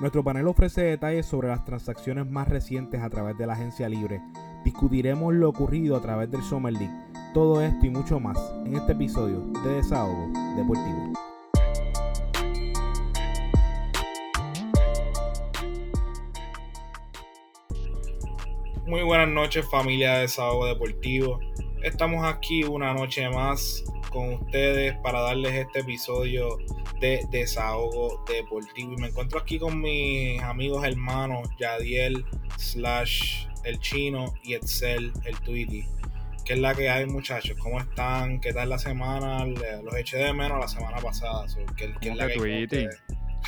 Nuestro panel ofrece detalles sobre las transacciones más recientes a través de la agencia libre. Discutiremos lo ocurrido a través del Summer League. Todo esto y mucho más en este episodio de Desahogo Deportivo. Muy buenas noches, familia de Desahogo Deportivo. Estamos aquí una noche más con ustedes para darles este episodio de Desahogo Deportivo. Y me encuentro aquí con mis amigos hermanos Yadiel / el Chino y Edsel el Tweety. ¿Qué es la que hay, muchachos? ¿Cómo están? ¿Qué tal la semana? Los eché de menos la semana pasada. ¿Qué es la que hay con ustedes?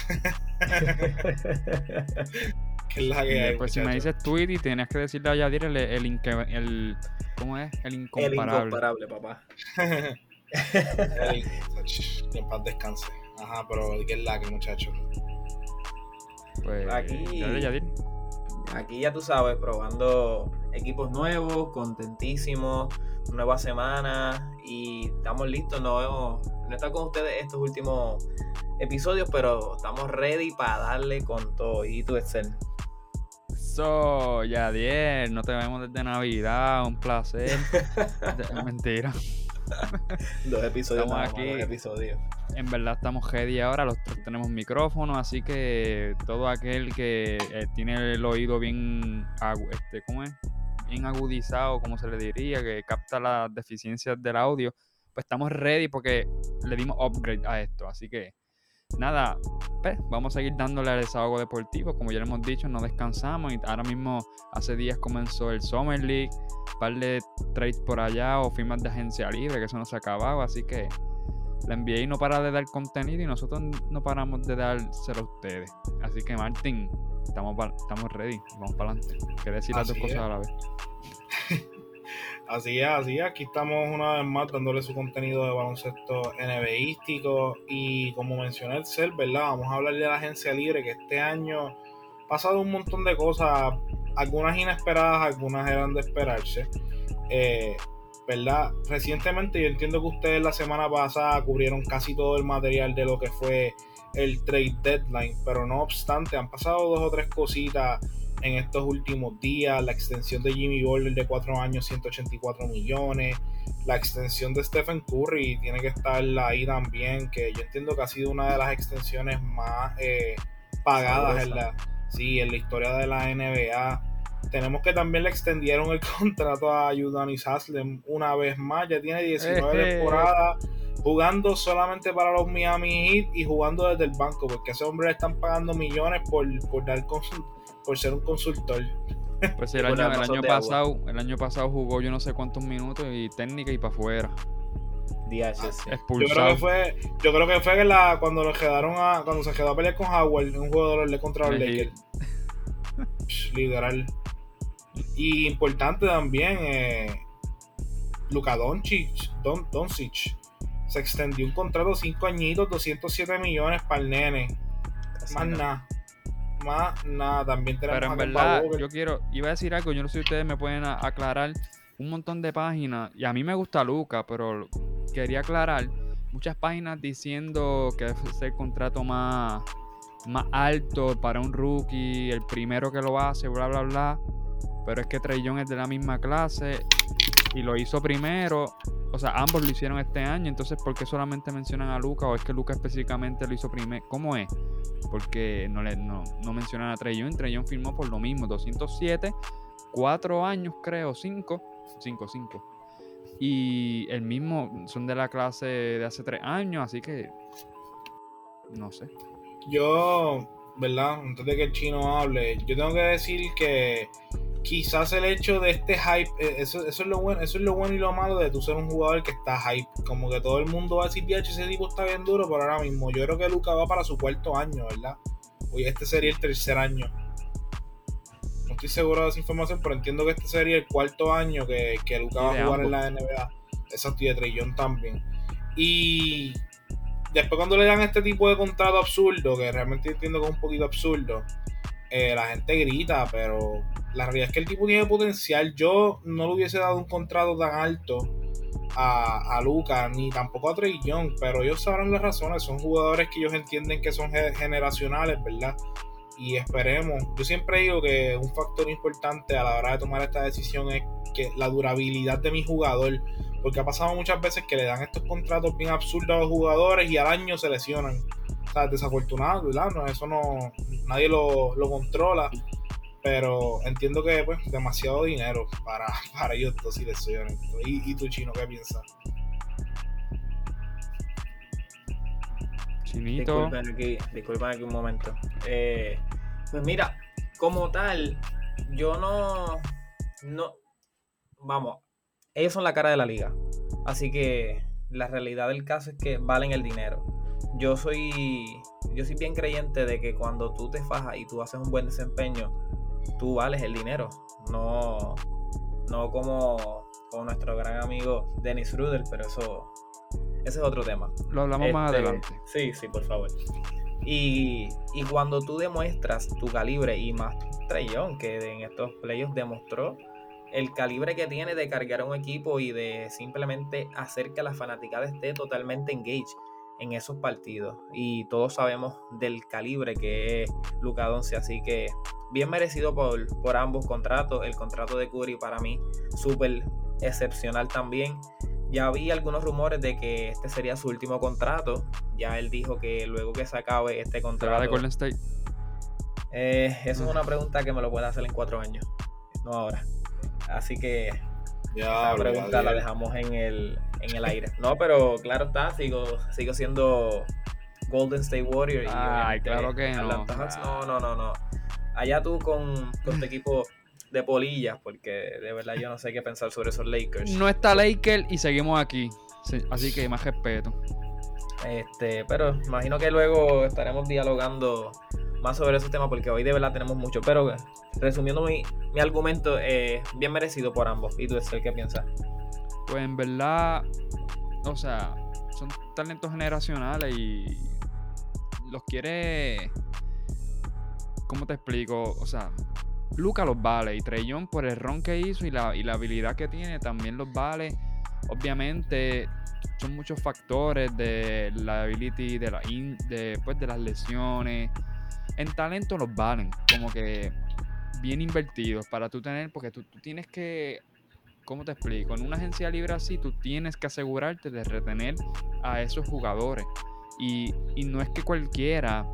¿Qué es la que hay, pues muchachos? Si me dices Tweety, tienes que decirle a Yadier ¿cómo es? El incomparable. El incomparable, papá. Que en paz descanse. Ajá, pero ¿qué es la que, muchachos? Pues aquí ya tú sabes, probando equipos nuevos, contentísimos, nueva semana y estamos listos. No está con ustedes estos últimos episodios, pero estamos ready para darle con todo. ¿Y tú, Edsel? Yadier, no te vemos desde Navidad, un placer. Mentira. Dos episodios estamos aquí. Dos episodios. En verdad estamos ready ahora, los tres tenemos micrófono, así que todo aquel que tiene el oído bien, bien agudizado, como se le diría, que capta las deficiencias del audio, pues estamos ready porque le dimos upgrade a esto, así que nada, pues vamos a seguir dándole al Desahogo Deportivo. Como ya le hemos dicho, no descansamos y ahora mismo hace días comenzó el Summer League, un par de trades por allá o firmas de agencia libre, que eso no se ha acabado, así que la NBA no para de dar contenido y nosotros no paramos de dárselo a ustedes. Así que, Martín, estamos ready, vamos para adelante. ¿Quieres decir las dos cosas a la vez? Así es, aquí estamos una vez más dándole su contenido de baloncesto NBAístico y como mencioné el CEL, ¿verdad? Vamos a hablar de la agencia libre, que este año ha pasado un montón de cosas, algunas inesperadas, algunas eran de esperarse, ¿verdad? Recientemente yo entiendo que ustedes la semana pasada cubrieron casi todo el material de lo que fue el trade deadline, pero no obstante han pasado 2 o 3 cositas en estos últimos días. La extensión de Jimmy Butler de 4 años, 184 millones, la extensión de Stephen Curry tiene que estar ahí también, que yo entiendo que ha sido una de las extensiones más pagadas en la historia de la NBA. Tenemos que también le extendieron el contrato a Udonis Haslem una vez más. Ya tiene 19 temporadas jugando solamente para los Miami Heat y jugando desde el banco, porque a ese hombre le están pagando millones por ser un consultor. Pues el año pasado jugó yo no sé cuántos minutos y técnica y para afuera. Expulsado. Yo creo que fue cuando se quedó a pelear con Howard en un juego de los contra los Lakers. Literal. Y importante también, Luka Doncic se extendió un contrato de 5 añitos, 207 millones para el nene. Más nada, también tenemos. Pero en verdad, iba a decir algo, yo no sé si ustedes me pueden aclarar un montón de páginas, y a mí me gusta Luka, pero quería aclarar muchas páginas diciendo que es el contrato más alto para un rookie, el primero que lo hace, bla, bla, bla. Pero es que Trae Young es de la misma clase y lo hizo primero. O sea, ambos lo hicieron este año. Entonces, ¿por qué solamente mencionan a Luka? ¿O es que Luka específicamente lo hizo primero? ¿Cómo es? Porque no mencionan a Trae Young. Trae Young firmó por lo mismo, 207, 4 años creo, 5. Y el mismo son de la clase de hace 3 años, así que no sé. Yo, ¿verdad? Antes de que el Chino hable, yo tengo que decir que quizás el hecho de este hype, eso es lo bueno y lo malo de tú ser un jugador que está hype. Como que todo el mundo va a decir, ese tipo está bien duro, pero ahora mismo yo creo que Luka va para su 4º año, ¿verdad? Oye, este sería el 3er año. No estoy seguro de esa información, pero entiendo que este sería el 4º año que Luka va a jugar en la NBA. Exacto, y de Trae Young también. Y después cuando le dan este tipo de contrato absurdo, que realmente entiendo que es un poquito absurdo, la gente grita, pero la realidad es que el tipo tiene potencial. Yo no le hubiese dado un contrato tan alto a Luka, ni tampoco a Trae Young, pero ellos sabrán las razones. Son jugadores que ellos entienden que son generacionales, ¿verdad? y esperemos. Yo siempre digo que un factor importante a la hora de tomar esta decisión es que la durabilidad de mi jugador, porque ha pasado muchas veces que le dan estos contratos bien absurdos a los jugadores y al año se lesionan. O sea, desafortunado, ¿verdad? No, eso no, nadie lo controla, pero entiendo que pues demasiado dinero para ellos dos si lesionan. ¿Y tú, Chino, qué piensas? Chinito. Disculpen aquí un momento. Pues mira, como tal, yo no, vamos, ellos son la cara de la liga, así que la realidad del caso es que valen el dinero. Yo soy bien creyente de que cuando tú te fajas y tú haces un buen desempeño, tú vales el dinero, no como nuestro gran amigo Dennis Schroeder, pero ese es otro tema. Lo hablamos más adelante. Sí, por favor. Y cuando tú demuestras tu calibre, y más Trae Young, que en estos playoffs demostró el calibre que tiene de cargar un equipo y de simplemente hacer que la fanaticada esté totalmente engaged en esos partidos. Y todos sabemos del calibre que es Luka Doncic, así que bien merecido por ambos contratos. El contrato de Curry para mí súper excepcional también. Ya vi algunos rumores de que este sería su último contrato. Ya él dijo que luego que se acabe este contrato... ¿Será de Golden State? Eso es una pregunta que me lo puede hacer en 4 años, no ahora. Así que esa pregunta la dejamos en el aire. No, pero claro está, sigo siendo Golden State Warrior. Ay, claro que no. No. Allá tú con tu equipo de polillas, porque de verdad yo no sé qué pensar sobre esos Lakers. No está Lakers y seguimos aquí, sí, así que más respeto. Pero imagino que luego estaremos dialogando más sobre esos temas, porque hoy de verdad tenemos mucho. Pero resumiendo mi argumento, bien merecido por ambos. ¿Y tú, Esther, qué piensas? Pues en verdad, o sea, son talentos generacionales y los quiere... ¿Cómo te explico? O sea, Luka los vale, y Trae Young por el ron que hizo y la habilidad que tiene también los vale. Obviamente son muchos factores de la ability, de las lesiones. En talento los valen, como que bien invertidos para tú tener, porque tú tienes que, ¿cómo te explico? En una agencia libre así, tú tienes que asegurarte de retener a esos jugadores. Y no es que cualquiera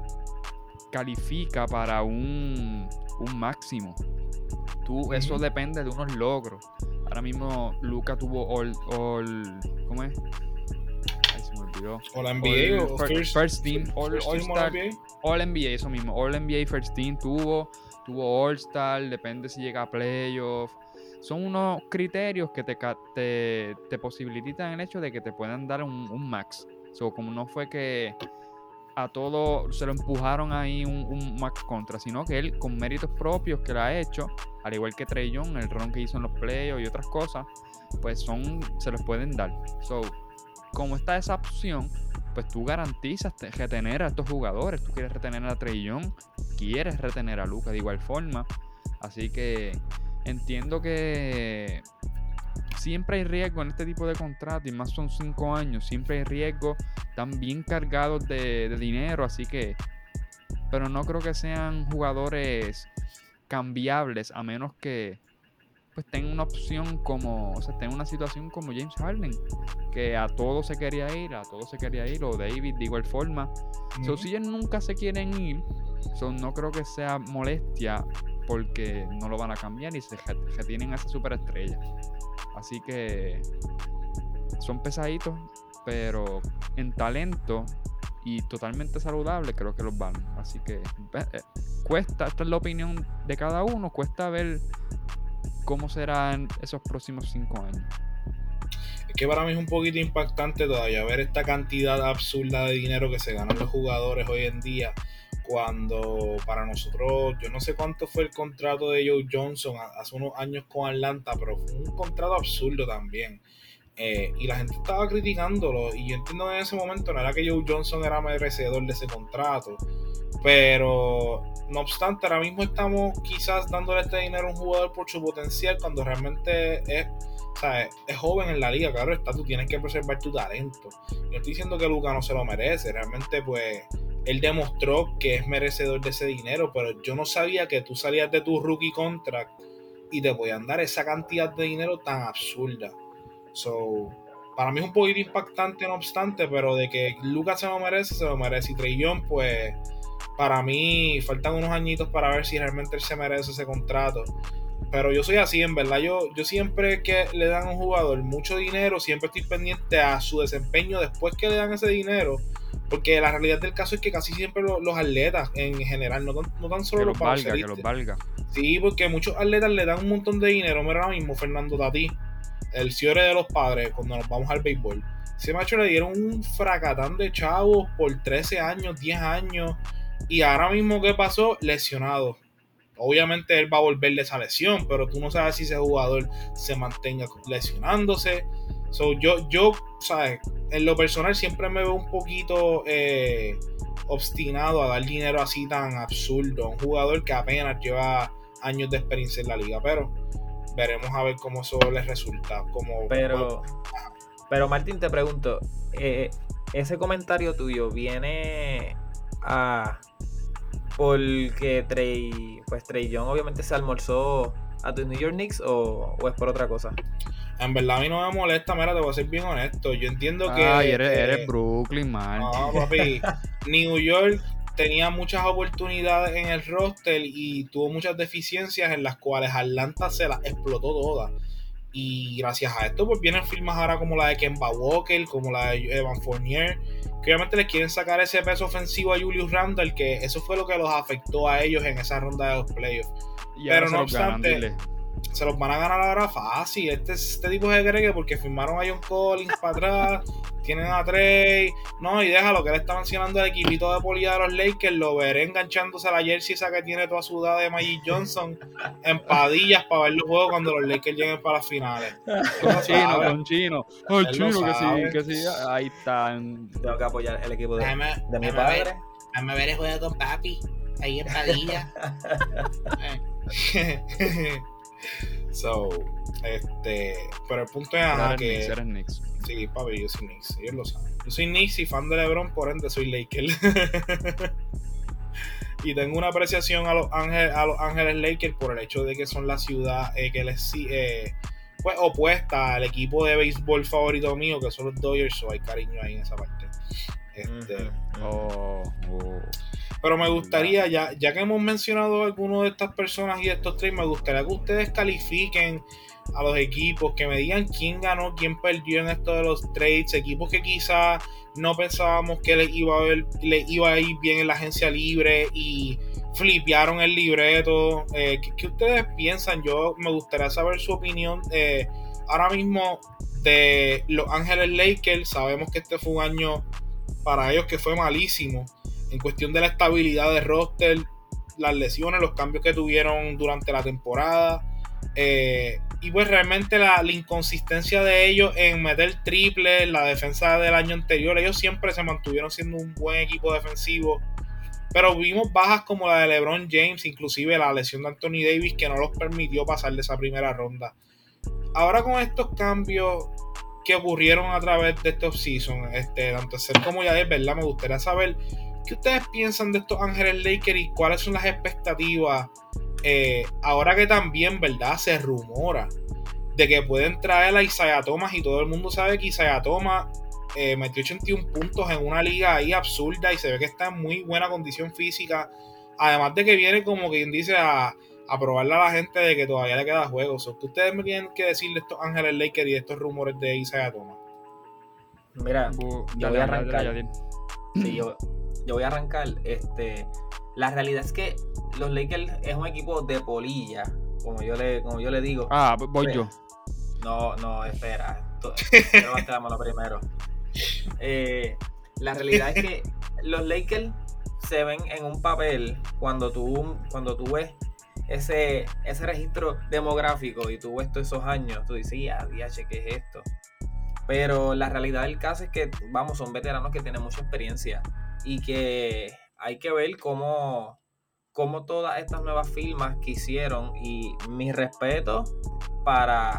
califica para un máximo. Eso depende de unos logros. Ahora mismo Luka tuvo ¿cómo es? Ay, se me olvidó. All NBA o First Team, All-Star, All NBA, eso mismo. All NBA First Team tuvo All-Star, depende si llega a playoff. Son unos criterios que te posibilitan el hecho de que te puedan dar un max. Como no fue que a todo se lo empujaron ahí un max contra, sino que él con méritos propios que lo ha hecho, al igual que Trae Young, el run que hizo en los playoffs y otras cosas, pues se los pueden dar. Como está esa opción, pues tú garantizas retener a estos jugadores. Tú quieres retener a Trae Young, quieres retener a Luka de igual forma. Así que entiendo que siempre hay riesgo en este tipo de contratos, y más son 5 años, siempre hay riesgo, están bien cargados de dinero, así que, pero no creo que sean jugadores cambiables, a menos que pues tengan una opción tengan una situación como James Harden, que a todos se quería ir, o David de igual forma. Si ellos nunca se quieren ir, no creo que sea molestia, porque no lo van a cambiar y se retienen a esa superestrella. Así que son pesaditos, pero en talento y totalmente saludable creo que los van. Así que cuesta, esta es la opinión de cada uno, cuesta ver cómo serán esos próximos 5 años. Es que para mí es un poquito impactante todavía ver esta cantidad absurda de dinero que se ganan los jugadores hoy en día, cuando para nosotros, yo no sé cuánto fue el contrato de Joe Johnson hace unos años con Atlanta, pero fue un contrato absurdo también. Y la gente estaba criticándolo, y yo entiendo que en ese momento no era que Joe Johnson era merecedor de ese contrato, pero no obstante, ahora mismo estamos quizás dándole este dinero a un jugador por su potencial, cuando realmente es joven en la liga. Claro está, tú tienes que preservar tu talento. Yo estoy diciendo que Luka no se lo merece, realmente pues él demostró que es merecedor de ese dinero, pero yo no sabía que tú salías de tu rookie contract y te podían dar esa cantidad de dinero tan absurda. So, para mí es un poquito impactante, no obstante, pero de que Lucas se lo merece, y Trae Young, pues para mí faltan unos añitos para ver si realmente él se merece ese contrato. Pero yo soy así, en verdad. Yo siempre que le dan a un jugador mucho dinero, siempre estoy pendiente a su desempeño después que le dan ese dinero. Porque la realidad del caso es que casi siempre los atletas en general, no tan solo los baloncelistas, que los valga. Sí, porque muchos atletas le dan un montón de dinero. Mira ahora mismo Fernando Tatí, el cierre de los padres, cuando nos vamos al béisbol. Ese macho le dieron un fracatán de chavos por 13 años, 10 años. Y ahora mismo, ¿qué pasó? Lesionado. Obviamente él va a volver de esa lesión, pero tú no sabes si ese jugador se mantenga lesionándose. So, yo, ¿sabes? En lo personal siempre me veo un poquito obstinado a dar dinero así tan absurdo a un jugador que apenas lleva años de experiencia en la liga, pero veremos a ver cómo eso les resulta. Pero Martín, te pregunto, ese comentario tuyo viene porque Trae Young obviamente se almorzó a tus New York Knicks o es por otra cosa. En verdad a mí no me molesta, mira, te voy a ser bien honesto. Yo entiendo que... Ay, eres Brooklyn, man. No, papi. New York tenía muchas oportunidades en el roster y tuvo muchas deficiencias en las cuales Atlanta se las explotó todas. Y gracias a esto pues vienen firmas ahora como la de Kemba Walker, como la de Evan Fournier, que obviamente les quieren sacar ese peso ofensivo a Julius Randle, que eso fue lo que los afectó a ellos en esa ronda de los playoffs. Pero no obstante, se los van a ganar ahora fácil. Este tipo se cree que porque firmaron a John Collins para atrás, tienen a Trey, no, y déjalo que él está mencionando el equipito de polilla de los Lakers, lo veré enganchándose a la jersey esa que tiene toda sudada de Magic Johnson en padillas para ver los juegos cuando los Lakers lleguen para las finales. Con Chino. El Chino que sí, ahí están. Tengo que apoyar el equipo de mi padre. Déjame ver el juego con papi, ahí en padilla. So, pero el punto es que eres Knicks. Sí, papi, yo soy Knicks, ellos lo saben. Yo soy Knicks y fan de LeBron, por ende soy Lakers. Y tengo una apreciación a los Ángeles Lakers por el hecho de que son la ciudad que les pues opuesta al equipo de béisbol favorito mío, que son los Dodgers, so hay cariño ahí en esa parte. Pero me gustaría, ya que hemos mencionado a algunos de estas personas y de estos trades, me gustaría que ustedes califiquen a los equipos, que me digan quién ganó, quién perdió en esto de los trades, equipos que quizás no pensábamos que les iba a ir bien en la agencia libre y flipearon el libreto. ¿Qué ustedes piensan? Yo me gustaría saber su opinión ahora mismo de Los Ángeles Lakers. Sabemos que este fue un año para ellos que fue malísimo en cuestión de la estabilidad de roster, las lesiones, los cambios que tuvieron durante la temporada, y pues realmente la inconsistencia de ellos en meter triple, la defensa del año anterior. Ellos siempre se mantuvieron siendo un buen equipo defensivo, pero vimos bajas como la de LeBron James, inclusive la lesión de Anthony Davis, que no los permitió pasar de esa primera ronda. Ahora con estos cambios que ocurrieron a través de este offseason, tanto Seth como Yadier, ¿verdad? Me gustaría saber qué ustedes piensan de estos Ángeles Lakers y cuáles son las expectativas, ahora que también, ¿verdad? Se rumora de que pueden traer a Isaiah Thomas, y todo el mundo sabe que Isaiah Thomas metió 81 puntos en una liga ahí absurda y se ve que está en muy buena condición física, además de que viene como quien dice a probarle a la gente de que todavía le queda juego. ¿Qué ustedes me tienen que decir de estos Ángeles Lakers y de estos rumores de Isaiah Thomas? Mira, yo voy a arrancar. Sí, yo voy a arrancar. La realidad es que los Lakers es un equipo de polilla, como yo le digo. Voy yo. No, espera. Levante la mano primero. La realidad es que los Lakers se ven en un papel cuando tú ves ese registro demográfico y tú ves todos esos años, tú dices, DH, ¿qué es esto? Pero la realidad del caso es que, son veteranos que tienen mucha experiencia y que hay que ver cómo todas estas nuevas firmas que hicieron, y mi respeto para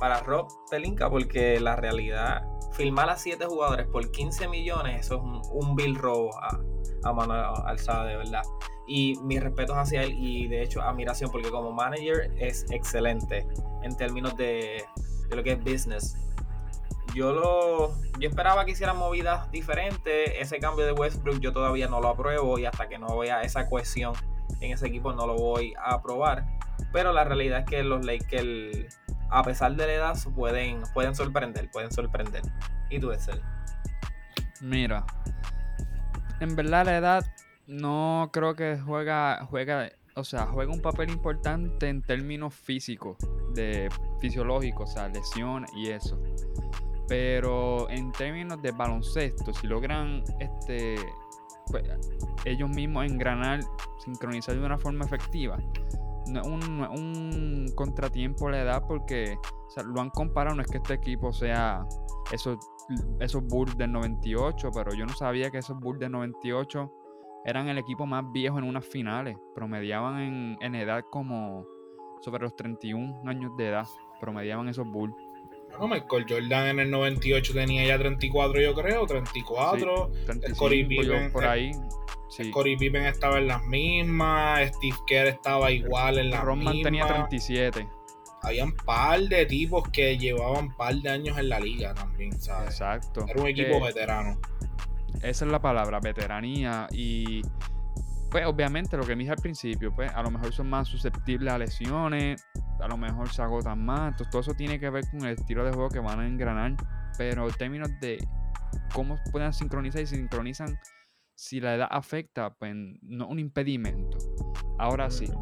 para Rob Pelinka, porque la realidad, firmar a 7 jugadores por 15 millones, eso es un vil robo a mano alzada, de verdad. Y mis respetos hacia él y de hecho admiración, porque como manager es excelente en términos de lo que es business. Yo esperaba que hicieran movidas diferentes. Ese cambio de Westbrook yo todavía no lo apruebo, y hasta que no vea esa cohesión en ese equipo no lo voy a aprobar. Pero la realidad es que los Lakers, a pesar de la edad, pueden sorprender. ¿Y tú, Excel? Mira, en verdad la edad no creo que juega un papel importante en términos físicos, fisiológicos, o sea, lesiones y eso. Pero en términos de baloncesto, si logran pues, ellos mismos engranar, sincronizar de una forma efectiva, no es un contratiempo la edad, porque o sea, lo han comparado. No es que este equipo sea esos Bulls del 98, pero yo no sabía que esos Bulls del 98 eran el equipo más viejo en unas finales. Promediaban en edad como sobre los 31 años de edad, promediaban esos Bulls. Bueno, Michael Jordan en el 98 tenía ya 34, yo creo, 34. Sí, 35, Corey Pippen, por ahí. Sí. Corey Pippen estaba en las mismas, Steve Kerr estaba igual en las Rodman mismas. tenía 37. Había un par de tipos que llevaban un par de años en la liga también, ¿sabes? Exacto. Era un equipo veterano. Esa es la palabra, veteranía. Y pues obviamente lo que dije al principio, pues a lo mejor son más susceptibles a lesiones, a lo mejor se agotan más. Entonces todo eso tiene que ver con el estilo de juego que van a engranar. Pero en términos de cómo puedan sincronizar y sincronizan, si la edad afecta, pues no es un impedimento. Ahora sí,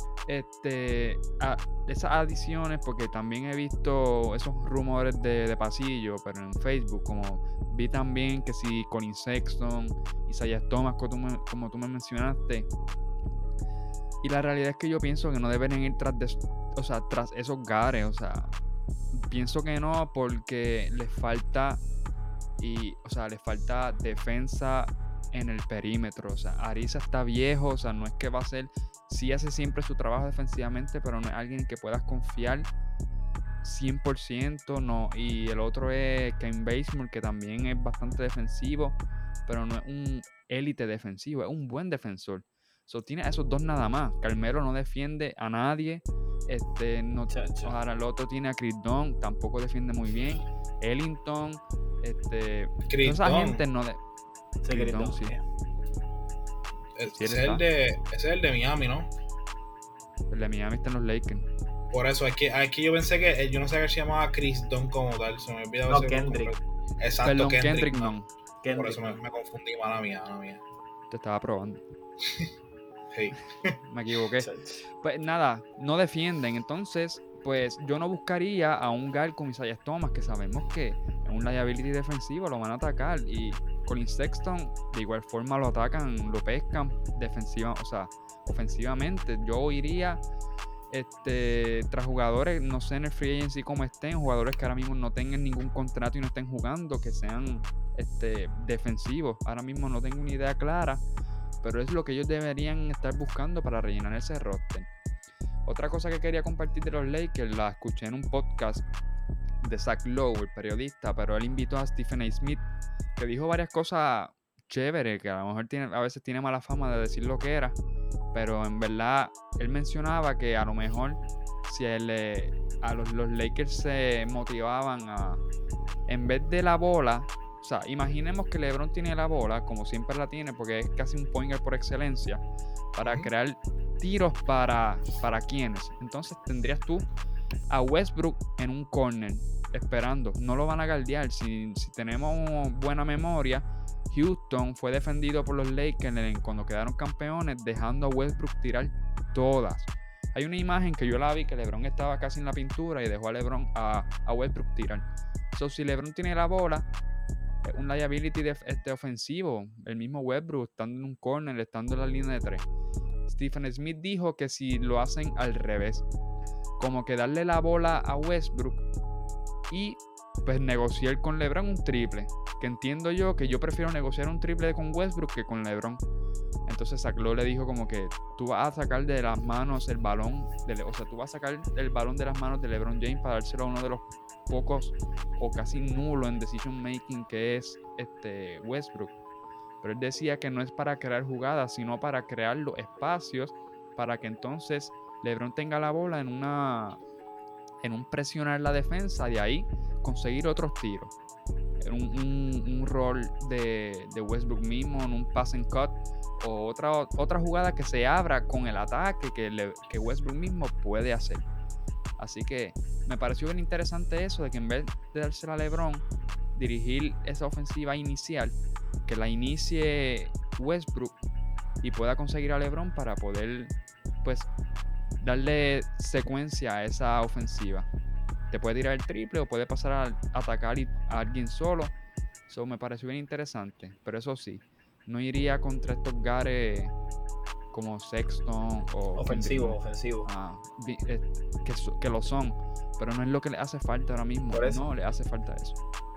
esas adiciones, porque también he visto esos rumores de pasillo, pero en Facebook, como vi también que si Colin Sexton, Isaiah Thomas, como tú me mencionaste, y la realidad es que yo pienso que no deberían ir tras esos gares. O sea, pienso que no, porque les falta defensa en el perímetro. O sea, Ariza está viejo, o sea, no es que va a ser, sí hace siempre su trabajo defensivamente, pero no es alguien que puedas confiar 100%, no. Y el otro es Kent Bazemore, que también es bastante defensivo, pero no es un élite defensivo, es un buen defensor. Tiene a esos dos nada más. Carmelo no defiende a nadie. Ahora el otro tiene a Chris Dunn, tampoco defiende muy bien. Ellington, esa gente no de... Chris Dunn, sí. Ese es el de Miami, ¿no? El de Miami está en los Lakers. Por eso, es que yo pensé que yo no sabía que se llamaba Chris Dunn como tal. Se me olvidaba ese Kendrick. Exacto, Perdón, Kendrick no. Por eso me confundí, mala mía. Te estaba probando. Sí. Me equivoqué. Pues nada, no defienden. Entonces, pues yo no buscaría a un guard como Isaiah Thomas, que sabemos que es un liability defensivo, lo van a atacar. Y Colin Sexton, de igual forma, lo atacan, lo pescan ofensivamente. Yo iría tras jugadores, no sé en el free agency cómo estén, jugadores que ahora mismo no tengan ningún contrato y no estén jugando, que sean defensivos. Ahora mismo no tengo una idea clara, pero es lo que ellos deberían estar buscando para rellenar ese roster. Otra cosa que quería compartir de los Lakers, la escuché en un podcast de Zach Lowe, el periodista, pero él invitó a Stephen A. Smith, que dijo varias cosas chéveres, que a lo mejor a veces tiene mala fama de decir lo que era, pero en verdad él mencionaba que a lo mejor si los Lakers se motivaban en vez de la bola, o sea, imaginemos que LeBron tiene la bola, como siempre la tiene, porque es casi un point guard por excelencia, para crear tiros para quienes. Entonces tendrías tú a Westbrook en un corner, esperando. No lo van a guardiar. Si tenemos buena memoria, Houston fue defendido por los Lakers cuando quedaron campeones, dejando a Westbrook tirar todas. Hay una imagen que yo la vi, que LeBron estaba casi en la pintura y dejó a Westbrook tirar. Si LeBron tiene la bola, un liability ofensivo, el mismo Westbrook estando en un corner, estando en la línea de 3. Stephen Smith dijo que si lo hacen al revés, como que darle la bola a Westbrook y pues negociar con LeBron un triple, que entiendo yo que yo prefiero negociar un triple con Westbrook que con LeBron. Entonces Zach Lowe le dijo como que tú vas a sacar de las manos el balón, o sea, tú vas a sacar el balón de las manos de LeBron James para dárselo a uno de los pocos o casi nulo en decision making que es Westbrook. Pero él decía que no es para crear jugadas, sino para crear los espacios para que entonces LeBron tenga la bola en un presionar la defensa, de ahí conseguir otros tiros. Un rol de Westbrook mismo, en un pass and cut, o otra jugada que se abra con el ataque que Westbrook mismo puede hacer. Así que me pareció bien interesante eso, de que en vez de dársela a LeBron, dirigir esa ofensiva inicial, que la inicie Westbrook y pueda conseguir a LeBron para poder, pues, darle secuencia a esa ofensiva. Te puede tirar el triple o puede pasar a atacar a alguien solo. Eso me pareció bien interesante. Pero eso sí, no iría contra estos gares como Sexton o Ofensivo. que lo son. Pero no es lo que le hace falta ahora mismo. No le hace falta eso.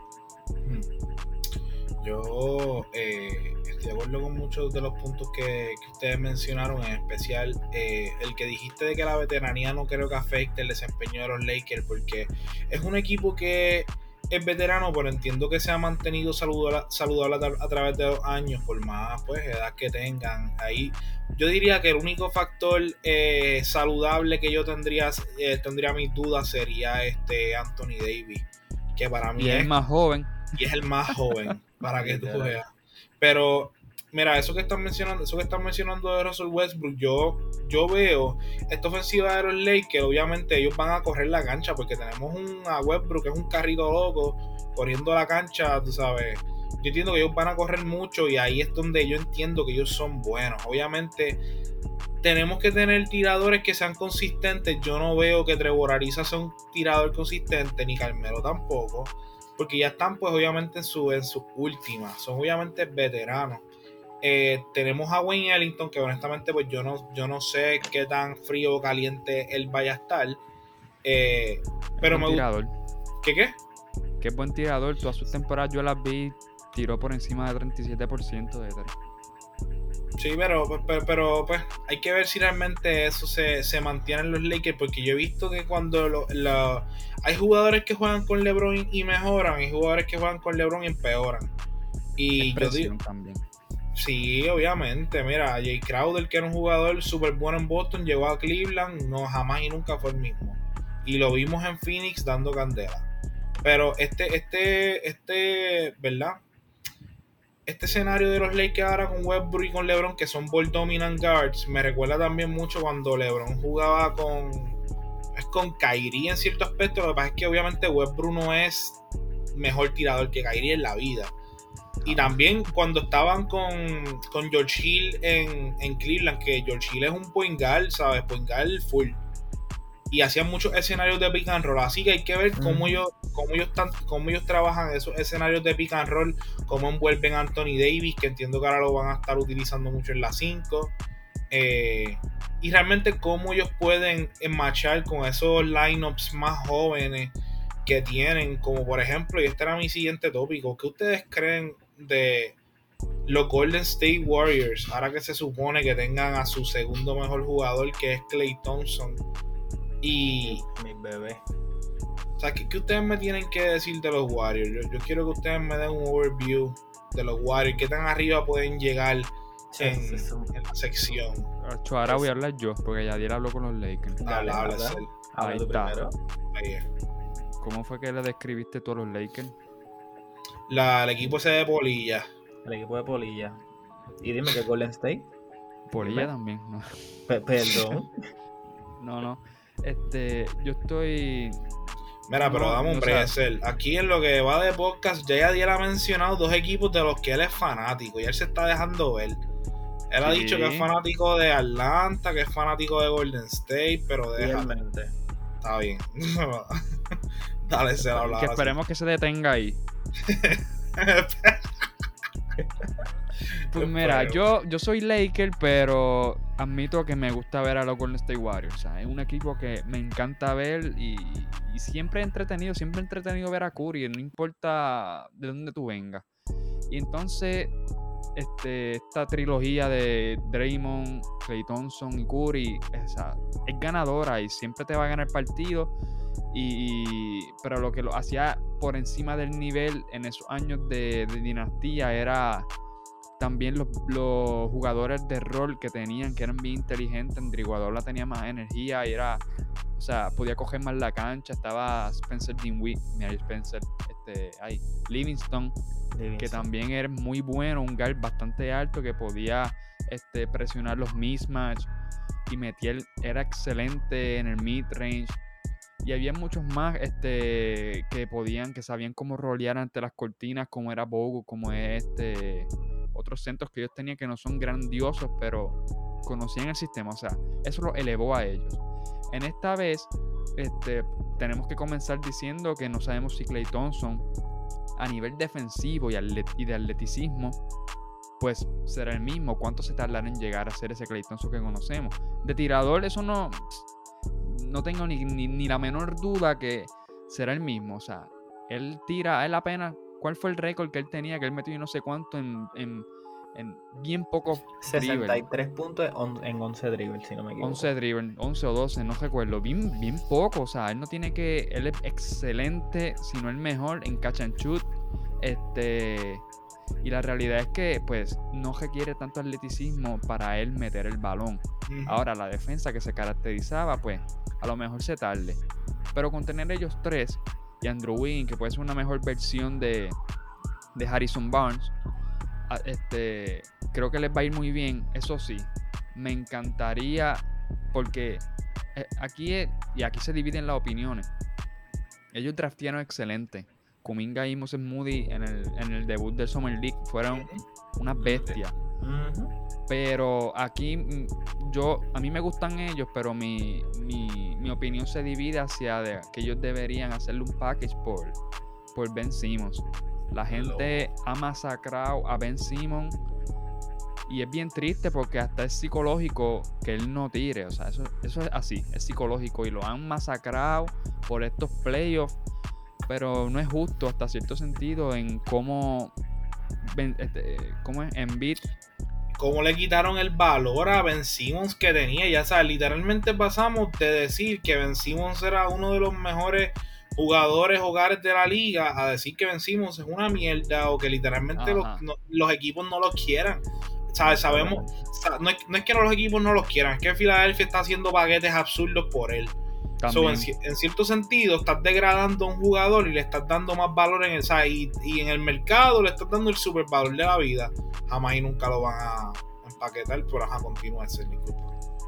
Yo estoy de acuerdo con muchos de los puntos que ustedes mencionaron, en especial el que dijiste de que la veteranía no creo que afecte el desempeño de los Lakers, porque es un equipo que es veterano, pero entiendo que se ha mantenido saludable a través de los años, por más pues edad que tengan. Ahí yo diría que el único factor saludable que yo tendría mis dudas sería Anthony Davis, que para mí es más joven. Y es el más joven, para que tú veas. Pero, mira, eso que están mencionando de Russell Westbrook, yo veo esta ofensiva de los Lakers, obviamente ellos van a correr la cancha, porque tenemos a Westbrook que es un carrito loco, corriendo la cancha, tú sabes. Yo entiendo que ellos van a correr mucho y ahí es donde yo entiendo que ellos son buenos. Obviamente, tenemos que tener tiradores que sean consistentes. Yo no veo que Trevor Ariza sea un tirador consistente, ni Carmelo tampoco, porque ya están pues obviamente en sus últimas, son obviamente veteranos. Tenemos a Wayne Ellington, que honestamente pues yo no sé qué tan frío o caliente él vaya a estar, pero me gusta. ¿Qué? Que es buen tirador. Todas sus temporadas yo las vi, tiró por encima del 37% de 3. Sí, pero pues hay que ver si realmente eso se mantiene en los Lakers, porque yo he visto que cuando hay jugadores que juegan con LeBron y mejoran, hay jugadores que juegan con LeBron y empeoran. Y yo digo también. Sí, obviamente. Mira, Jay Crowder, que era un jugador súper bueno en Boston, llegó a Cleveland, no jamás y nunca fue el mismo. Y lo vimos en Phoenix dando candela. Pero ¿verdad? Este escenario de los Lakers ahora con Westbrook y con LeBron, que son ball dominant guards, me recuerda también mucho cuando LeBron jugaba con Kyrie en cierto aspecto. Lo que pasa es que obviamente Westbrook no es mejor tirador que Kyrie en la vida. Y también cuando estaban con George Hill en Cleveland, que George Hill es un point guard, ¿sabes? Point guard full. Y hacían muchos escenarios de pick and roll. Así que hay que ver cómo ellos trabajan esos escenarios de pick and roll, cómo envuelven a Anthony Davis, que entiendo que ahora lo van a estar utilizando mucho en la 5. Y realmente cómo ellos pueden matchar con esos lineups más jóvenes que tienen, como por ejemplo, y este era mi siguiente tópico, ¿qué ustedes creen de los Golden State Warriors ahora que se supone que tengan a su segundo mejor jugador, que es Klay Thompson? Y mi bebé, o sea, ¿qué ustedes me tienen que decir de los Warriors? Yo quiero que ustedes me den un overview de los Warriors, qué tan arriba pueden llegar en la sección. Ahora voy a hablar yo, porque Yadier habló con los Lakers. Habla tú primero. Ahí es. ¿Cómo fue que le describiste tú a los Lakers? El equipo ese de Polilla. El equipo de Polilla. Y dime que Golden State. Polilla también, ¿no? Perdón. No. Yo estoy... Mira, pero dame un break. Aquí en lo que va de podcast, ya Yadier ha mencionado 2 equipos de los que él es fanático y él se está dejando ver. Él ha dicho que es fanático de Atlanta, que es fanático de Golden State, pero Realmente. Está bien. Dale, se la habla. Que esperemos que se detenga ahí. Pues mira, yo soy Laker, pero admito que me gusta ver a los Golden State Warriors. O sea, es un equipo que me encanta ver y siempre he entretenido ver a Curry, no importa de dónde tú vengas. Y entonces esta trilogía de Draymond, Klay Thompson y Curry es ganadora y siempre te va a ganar partido. Pero lo que lo hacía por encima del nivel en esos años de dinastía era también los jugadores de rol que tenían, que eran bien inteligentes. Andre Iguodala tenía más energía y podía coger más la cancha. Estaba Spencer Dinwiddie, Livingston, que también era muy bueno, un guard bastante alto que podía presionar los mismatch y era excelente en el mid-range. Y había muchos más que sabían cómo rolear ante las cortinas, como era Bogu, como es otros centros que ellos tenían que no son grandiosos, pero conocían el sistema. O sea, eso lo elevó a ellos. En esta vez, tenemos que comenzar diciendo que no sabemos si Klay Thompson, a nivel defensivo y de atleticismo, pues será el mismo. ¿Cuánto se tardará en llegar a ser ese Klay Thompson que conocemos? De tirador, eso no tengo ni la menor duda que será el mismo. O sea, él apenas, ¿cuál fue el récord que él tenía? Que él metió no sé cuánto en bien pocos 63 dribbles. Puntos en 11 dribbles, si no me equivoco. 11 dribbles, 11 o 12, no recuerdo. Bien poco. O sea, él es excelente, si no el mejor en catch and shoot. Y la realidad es que pues no requiere tanto atleticismo para él meter el balón. Ahora, la defensa que se caracterizaba, pues a lo mejor se tarde. Pero con tener ellos tres y Andrew Wiggins, que puede ser una mejor versión de Harrison Barnes, creo que les va a ir muy bien. Eso sí, me encantaría, porque aquí se dividen las opiniones. Ellos draftearon excelente. Kuminga y Moses Moody en el debut del Summer League fueron unas bestias. Pero aquí a mí me gustan ellos, pero mi opinión se divide hacia que ellos deberían hacerle un package por Ben Simmons. La gente ha masacrado a Ben Simmons y es bien triste porque hasta es psicológico que él no tire. O sea, eso es así, es psicológico, y lo han masacrado por estos playoffs. Pero no es justo hasta cierto sentido en cómo es Embiid, cómo le quitaron el valor a Ben Simmons que tenía. Ya sabes, literalmente pasamos de decir que Ben Simmons era uno de los mejores jugadores hogares de la liga a decir que Ben Simmons es una mierda, o que literalmente los equipos no los quieran. ¿Sabes? Sabemos, no es que los equipos no los quieran, es que Filadelfia está haciendo paquetes absurdos por él. So, en cierto sentido estás degradando a un jugador y le estás dando más valor y en el mercado le estás dando el supervalor de la vida. Jamás y nunca lo van a empaquetar, pero continúa a ser disculpa.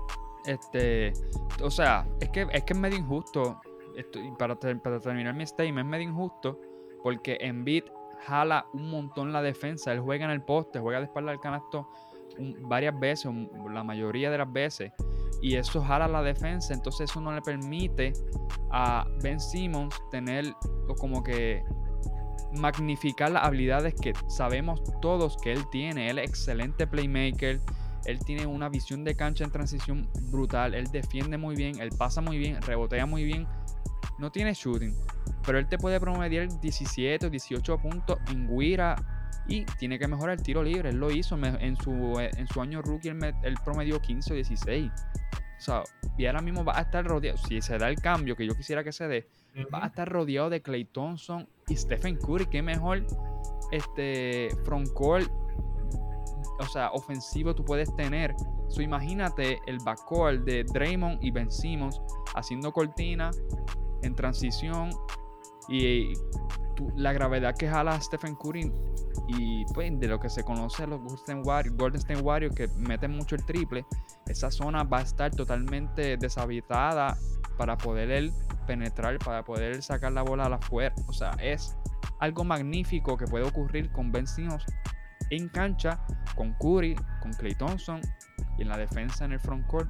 O sea, es que es medio injusto. Para terminar mi statement, es medio injusto porque Embiid jala un montón la defensa. Él juega en el poste, juega de espalda al canasto varias veces, la mayoría de las veces, y eso jala la defensa. Entonces eso no le permite a Ben Simmons tener como que magnificar las habilidades que sabemos todos que él tiene. Él es excelente playmaker, él tiene una visión de cancha en transición brutal, él defiende muy bien, él pasa muy bien, rebotea muy bien. No tiene shooting, pero él te puede promediar 17 o 18 puntos en Guira, y tiene que mejorar el tiro libre. Él lo hizo en su año rookie, él promedió 15 o 16. O sea, y ahora mismo va a estar rodeado, si se da el cambio que yo quisiera que se dé, va a estar rodeado de Klay Thompson y Stephen Curry. Qué mejor frontcourt, o sea, ofensivo tú puedes tener. So, imagínate el backcourt de Draymond y Ben Simmons haciendo cortina en transición, y la gravedad que jala Stephen Curry, y pues de lo que se conoce a los Golden State Warriors, que meten mucho el triple. Esa zona va a estar totalmente deshabitada para poder él penetrar, para poder sacar la bola a la fuera. O sea, es algo magnífico que puede ocurrir con Ben Simmons en cancha, con Curry, con Klay Thompson, y en la defensa en el frontcourt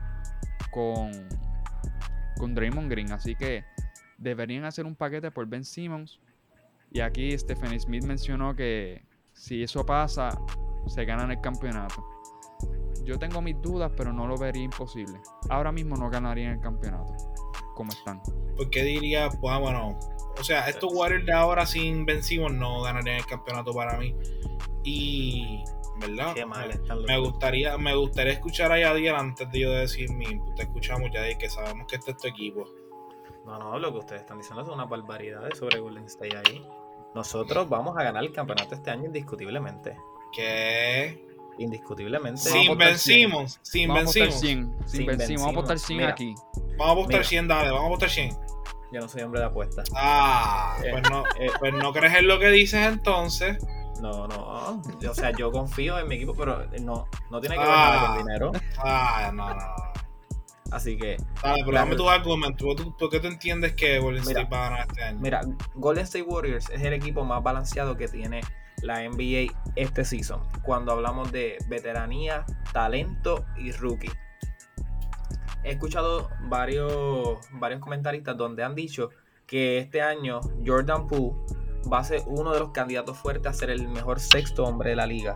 con Draymond Green. Así que deberían hacer un paquete por Ben Simmons. Y aquí Stephen Smith mencionó que si eso pasa, se ganan el campeonato. Yo tengo mis dudas, pero no lo vería imposible. Ahora mismo no ganarían el campeonato como están. ¿Por qué diría, bueno, O sea, estos Warriors de ahora sin Ben Simmons no ganarían el campeonato para mí. Y, ¿verdad? Qué mal están los Me dos. gustaría escuchar a Yadier antes de yo decir mi input. Te escuchamos, Yadier, que sabemos que este es tu equipo. No, lo que ustedes están diciendo es una barbaridad sobre Golden State ahí. Nosotros vamos a ganar el campeonato este año indiscutiblemente. ¿Qué? Indiscutiblemente. Sin Ben Simmons. Sin Ben Vamos a apostar Simmons. 100. Sin Sin Ben Ben Simmons. Vamos a apostar Simmons. 100 Mira. aquí. Vamos a apostar Mira. 100, dale, vamos a apostar 100. Yo no soy hombre de apuesta. Pues no crees en lo que dices entonces. No. O sea, yo confío en mi equipo, pero no tiene que ver nada con dinero. No. Así que, Dale, pero dame tus argumentos. ¿Por qué tú entiendes que Golden Mira. State va a ganar este año? mira, Golden State Warriors es el equipo más balanceado que tiene la NBA este season. Cuando hablamos de veteranía, talento y rookie. He escuchado varios comentaristas donde han dicho que este año Jordan Poole va a ser uno de los candidatos fuertes a ser el mejor sexto hombre de la liga.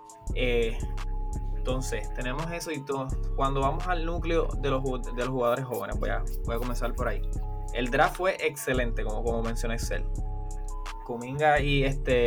Entonces, tenemos eso y todo. Cuando vamos al núcleo de los jugadores jóvenes, voy a comenzar por ahí. El draft fue excelente, como mencioné Excel. Kuminga y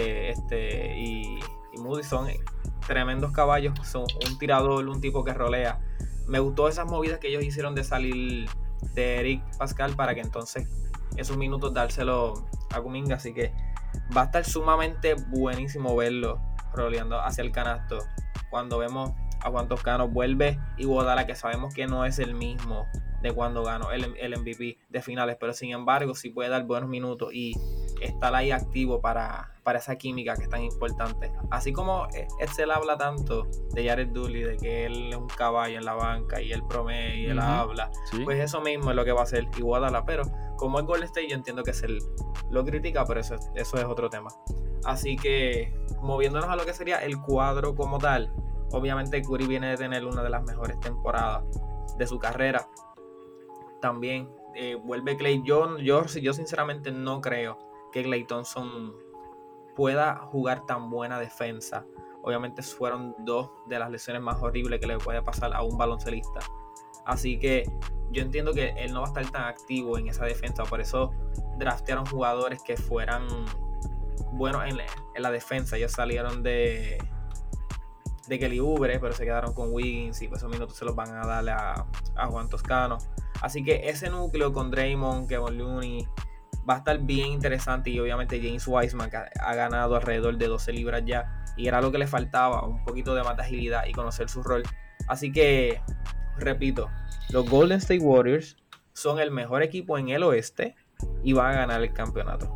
Moody son tremendos caballos, son un tirador, un tipo que rolea. Me gustó esas movidas que ellos hicieron de salir de Eric Pascal para que entonces esos minutos dárselo a Kuminga, así que va a estar sumamente buenísimo verlo roleando hacia el canasto. Cuando vemos a Juan Toscano vuelve Iguodala, que sabemos que no es el mismo de cuando ganó el MVP de finales, pero sin embargo sí puede dar buenos minutos y estar ahí activo para esa química que es tan importante. Así como Excel habla tanto de Jared Dudley, de que él es un caballo en la banca y él promedia y él habla, Sí. pues eso mismo es lo que va a hacer Iguodala, pero como es Golden State yo entiendo que él lo critica, pero eso es otro tema. Así que moviéndonos a lo que sería el cuadro como tal, obviamente Curry viene de tener una de las mejores temporadas de su carrera. También vuelve Klay. Yo sinceramente no creo que Klay Thompson pueda jugar tan buena defensa. Obviamente fueron dos de las lesiones más horribles que le puede pasar a un baloncelista. Así que yo entiendo que él no va a estar tan activo en esa defensa. Por eso draftearon jugadores que fueran buenos en la defensa. Ellos salieron de Kelly Oubre, pero se quedaron con Wiggins y pues esos minutos se los van a darle a Juan Toscano. Así que ese núcleo con Draymond, Kevon Looney, va a estar bien interesante. Y obviamente James Wiseman, que ha ganado alrededor de 12 libras ya, y era lo que le faltaba, un poquito de más de agilidad y conocer su rol. Así que, repito, los Golden State Warriors son el mejor equipo en el oeste y van a ganar el campeonato.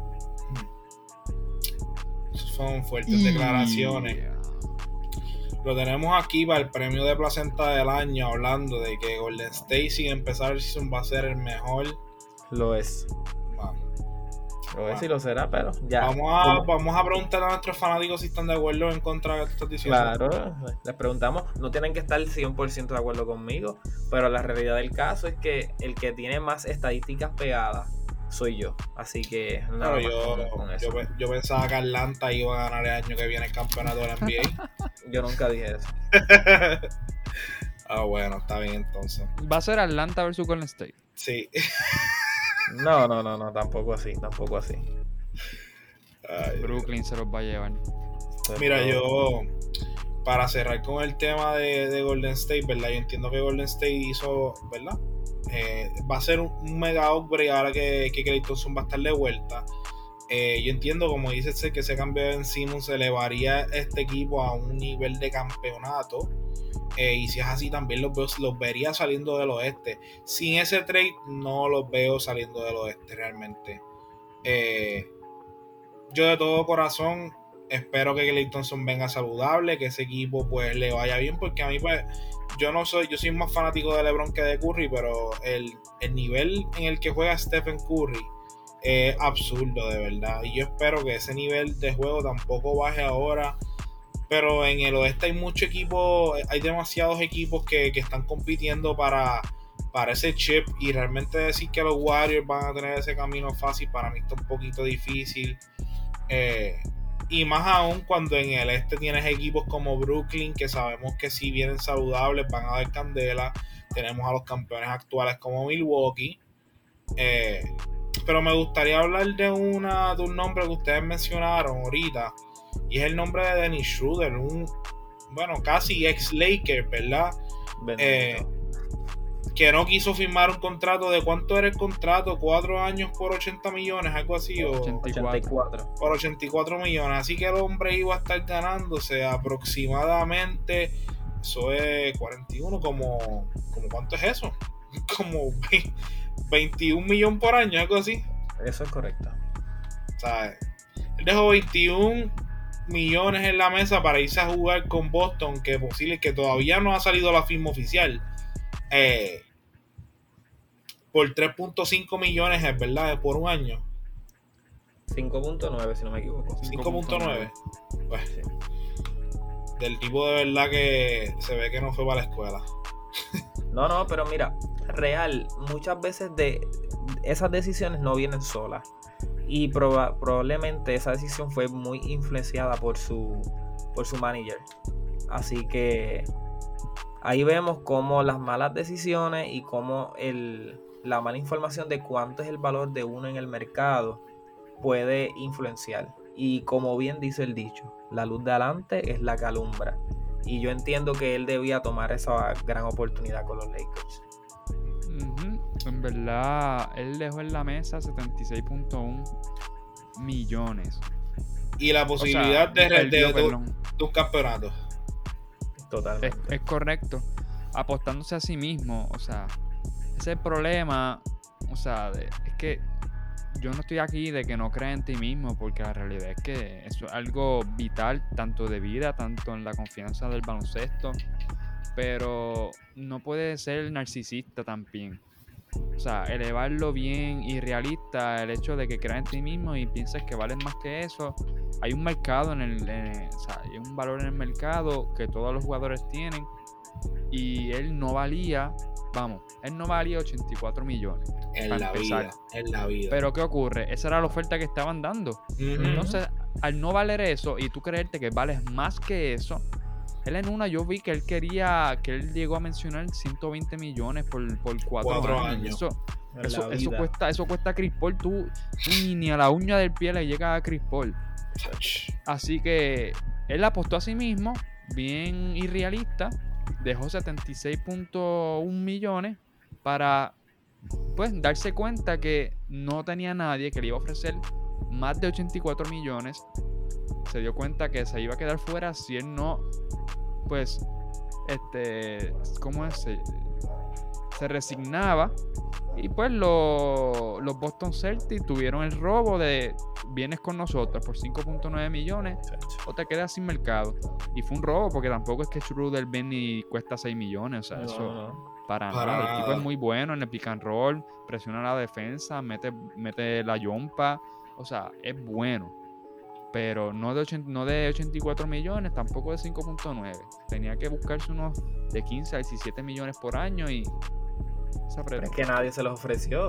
Son fuertes declaraciones. Lo tenemos aquí para el premio de placenta del año, hablando de que Golden State sin empezar el season va a ser el mejor. Lo es. Lo es y lo será, pero ya. Vamos a preguntar a nuestros fanáticos si están de acuerdo o en contra de lo que estás diciendo. Claro, les preguntamos, no tienen que estar 100% de acuerdo conmigo, pero la realidad del caso es que el que tiene más estadísticas pegadas soy yo, así que nada más con eso. Yo pensaba que Atlanta iba a ganar el año que viene el campeonato de la NBA. Yo nunca dije eso. Bueno, está bien entonces. ¿Va a ser Atlanta versus Golden State? Sí. No, tampoco así. Ay, Brooklyn se los va a llevar. mira, yo para cerrar con el tema de Golden State, ¿verdad? Yo entiendo que Golden State hizo, ¿verdad? Va a ser un mega upgrade ahora que Klay Thompson va a estar de vuelta. Yo entiendo, como dices, que ese cambio de Ben Simmons elevaría este equipo a un nivel de campeonato. Y si es así, también los vería saliendo del oeste. Sin ese trade, no los veo saliendo del oeste realmente. Yo de todo corazón espero que Klay Thompson venga saludable, que ese equipo pues le vaya bien, porque a mí pues yo soy más fanático de LeBron que de Curry, pero el nivel en el que juega Stephen Curry es absurdo de verdad, y yo espero que ese nivel de juego tampoco baje ahora. Pero en el oeste hay muchos equipos, hay demasiados equipos que están compitiendo para ese chip, y realmente decir que los Warriors van a tener ese camino fácil para mí está un poquito difícil. Y más aún cuando en el este tienes equipos como Brooklyn, que sabemos que si vienen saludables van a dar candela. Tenemos a los campeones actuales como Milwaukee. pero me gustaría hablar de un nombre que ustedes mencionaron ahorita, y es el nombre de Dennis Schroeder, casi ex-Laker, ¿verdad? Que no quiso firmar un contrato. ¿De cuánto era el contrato? 4 años por 80 millones, algo así, o 84. por 84 millones. Así que el hombre iba a estar ganándose aproximadamente, eso es 41, como ¿cuánto es eso? Como 21 millones por año, algo así. Eso es correcto. O sea, él dejó 21 millones en la mesa para irse a jugar con Boston, que posible que todavía no ha salido la firma oficial. Por 3.5 millones, es verdad, por un año. 5.9, si no me equivoco. 5.9. Pues, sí. Del tipo de verdad que se ve que no fue para la escuela. No, pero mira, real, muchas veces de esas decisiones no vienen solas. Y probablemente esa decisión fue muy influenciada por su manager. Así que ahí vemos cómo las malas decisiones y cómo la mala información de cuánto es el valor de uno en el mercado puede influenciar. Y como bien dice el dicho, la luz de adelante es la que alumbra. Y yo entiendo que él debía tomar esa gran oportunidad con los Lakers. En verdad, él dejó en la mesa 76.1 millones. Y la posibilidad de un campeonato. Totalmente. Es correcto. Apostándose a sí mismo. O sea, ese es el problema. O sea, es que yo no estoy aquí de que no creas en ti mismo, porque la realidad es que eso es algo vital, tanto de vida, tanto en la confianza del baloncesto. Pero no puede ser narcisista también. O sea, elevarlo bien y realista, el hecho de que creas en ti mismo y pienses que vales más que eso. Hay un mercado hay un valor en el mercado que todos los jugadores tienen, y él no valía 84 millones en la vida. Pero ¿qué ocurre? Esa era la oferta que estaban dando. Entonces, al no valer eso y tú creerte que vales más que eso, él yo vi que él llegó a mencionar 120 millones por 4 años. Eso cuesta a Chris Paul. Tú ni a la uña del pie le llega a Chris Paul. Así que él apostó a sí mismo, bien irrealista, dejó 76.1 millones para pues darse cuenta que no tenía nadie que le iba a ofrecer más de 84 millones. Se dio cuenta que se iba a quedar fuera si él no, pues, ¿cómo es? Se resignaba. Y pues los Boston Celtics tuvieron el robo de vienes con nosotros por 5.9 millones o te quedas sin mercado. Y fue un robo porque tampoco es que Schroeder ven y cuesta 6 millones. O sea, para nada. El tipo es muy bueno en el pick and roll, presiona la defensa, mete la yompa. O sea, es bueno. Pero no de 84 millones, tampoco de 5.9. Tenía que buscarse unos de 15 a 17 millones por año y pero es que nadie se los ofreció.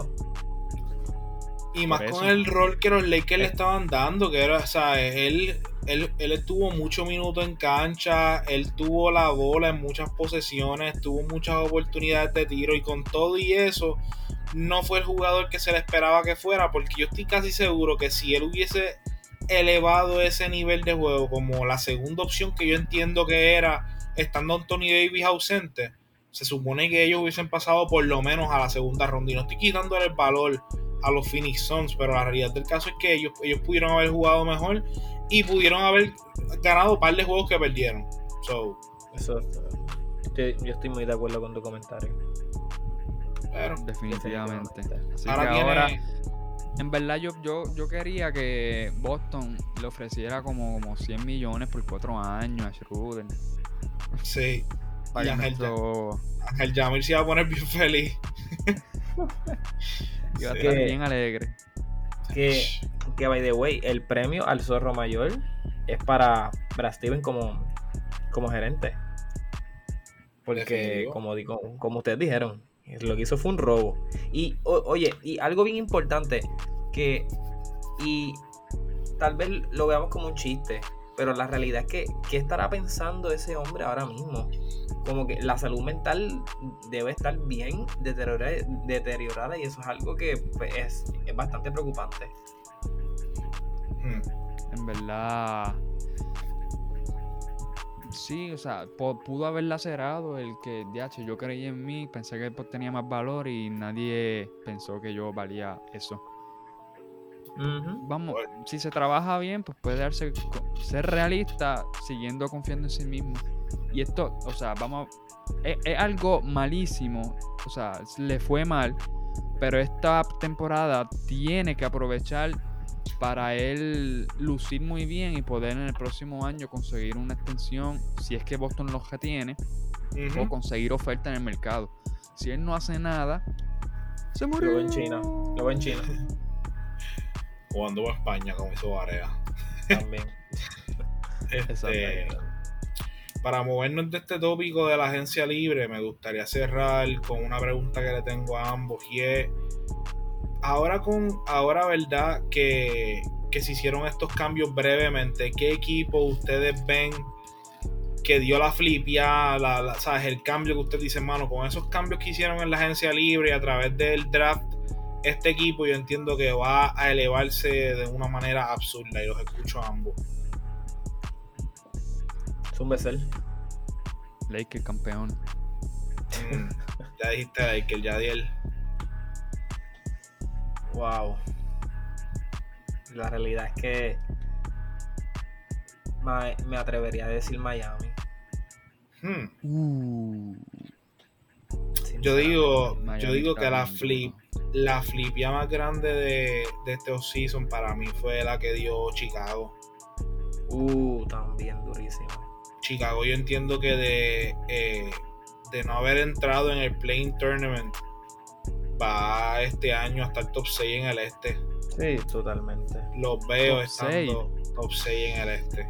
Y más con el rol que los Lakers le estaban dando, que era, o sea, él tuvo muchos minutos en cancha, él tuvo la bola en muchas posesiones, tuvo muchas oportunidades de tiro, y con todo y eso, no fue el jugador que se le esperaba que fuera, porque yo estoy casi seguro que si él hubiese elevado ese nivel de juego como la segunda opción que yo entiendo que era, estando Anthony Davis ausente, se supone que ellos hubiesen pasado por lo menos a la segunda ronda. Y no estoy quitándole el valor a los Phoenix Suns, pero la realidad del caso es que ellos pudieron haber jugado mejor y pudieron haber ganado un par de juegos que perdieron. Yo estoy muy de acuerdo con tu comentario. Pero, definitivamente. Así ahora, en verdad, yo quería que Boston le ofreciera como 100 millones por 4 años a Schroeder. Sí. Y Ángel Yamil se iba a poner bien feliz. Iba a estar bien alegre. Que by the way, el premio al zorro mayor es para Brad Stevens como gerente. Porque como ustedes dijeron, lo que hizo fue un robo. Y oye, y algo bien importante, y tal vez lo veamos como un chiste, pero la realidad es que, ¿qué estará pensando ese hombre ahora mismo? Como que la salud mental debe estar bien deteriorada y eso es algo que pues, es bastante preocupante. En verdad, sí, o sea, pudo haber lacerado el que, DH, yo creí en mí, pensé que pues, tenía más valor y nadie pensó que yo valía eso. Vamos, si se trabaja bien, pues puede darse, ser realista siguiendo confiando en sí mismo. Y esto, o sea, es algo malísimo, o sea, le fue mal, pero esta temporada tiene que aprovechar para él lucir muy bien y poder en el próximo año conseguir una extensión, si es que Boston lo retiene, o conseguir oferta en el mercado. Si él no hace nada, se murió. Lo veo en China. Jugando a España, como hizo Varea. También. Para movernos de este tópico de la agencia libre, me gustaría cerrar con una pregunta que le tengo a ambos, y es, ahora verdad que se hicieron estos cambios brevemente, ¿qué equipo ustedes ven que dio la flipia, ¿sabes? El cambio que usted dice, mano, con esos cambios que hicieron en la agencia libre y a través del draft, este equipo yo entiendo que va a elevarse de una manera absurda, y los escucho a ambos. Zumbesel. Lakers campeón. Ya dijiste Lakers, Yadiel. Wow. La realidad es que me atrevería a decir Miami. Yo digo que la flipia más grande de este offseason para mí fue la que dio Chicago. También durísimo. Chicago, yo entiendo que de no haber entrado en el Play-in Tournament, va este año a estar top 6 en el este. Sí, totalmente. Los veo estando top 6 en el este.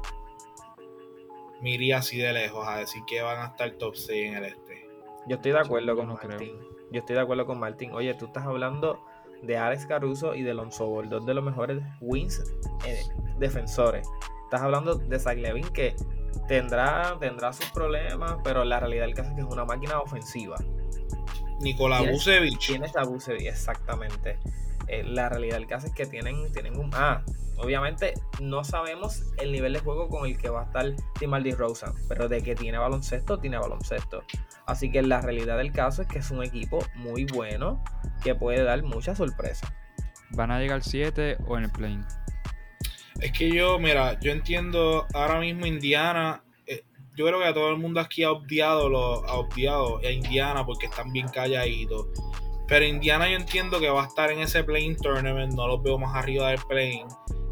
Miré así de lejos a decir que van a estar top 6 en el este. Yo estoy de acuerdo con Martín. Yo estoy de acuerdo con Martín. Oye, tú estás hablando de Alex Caruso y de Lonzo Ball, dos de los mejores wings defensores. Estás hablando de Zach LaVine, que tendrá sus problemas, pero la realidad del caso es que es una máquina ofensiva. Nikola Vucevic. Tienes a Vucevic, exactamente. La realidad del caso es que tienen un... obviamente no sabemos el nivel de juego con el que va a estar DeMar DeRozan, pero de que tiene baloncesto. Así que la realidad del caso es que es un equipo muy bueno que puede dar muchas sorpresas. ¿Van a llegar 7 o en el play-in? Es que yo entiendo ahora mismo Indiana. Yo creo que a todo el mundo aquí ha obviado a Indiana porque están bien calladitos. Pero Indiana yo entiendo que va a estar en ese play-in tournament. No los veo más arriba del play-in.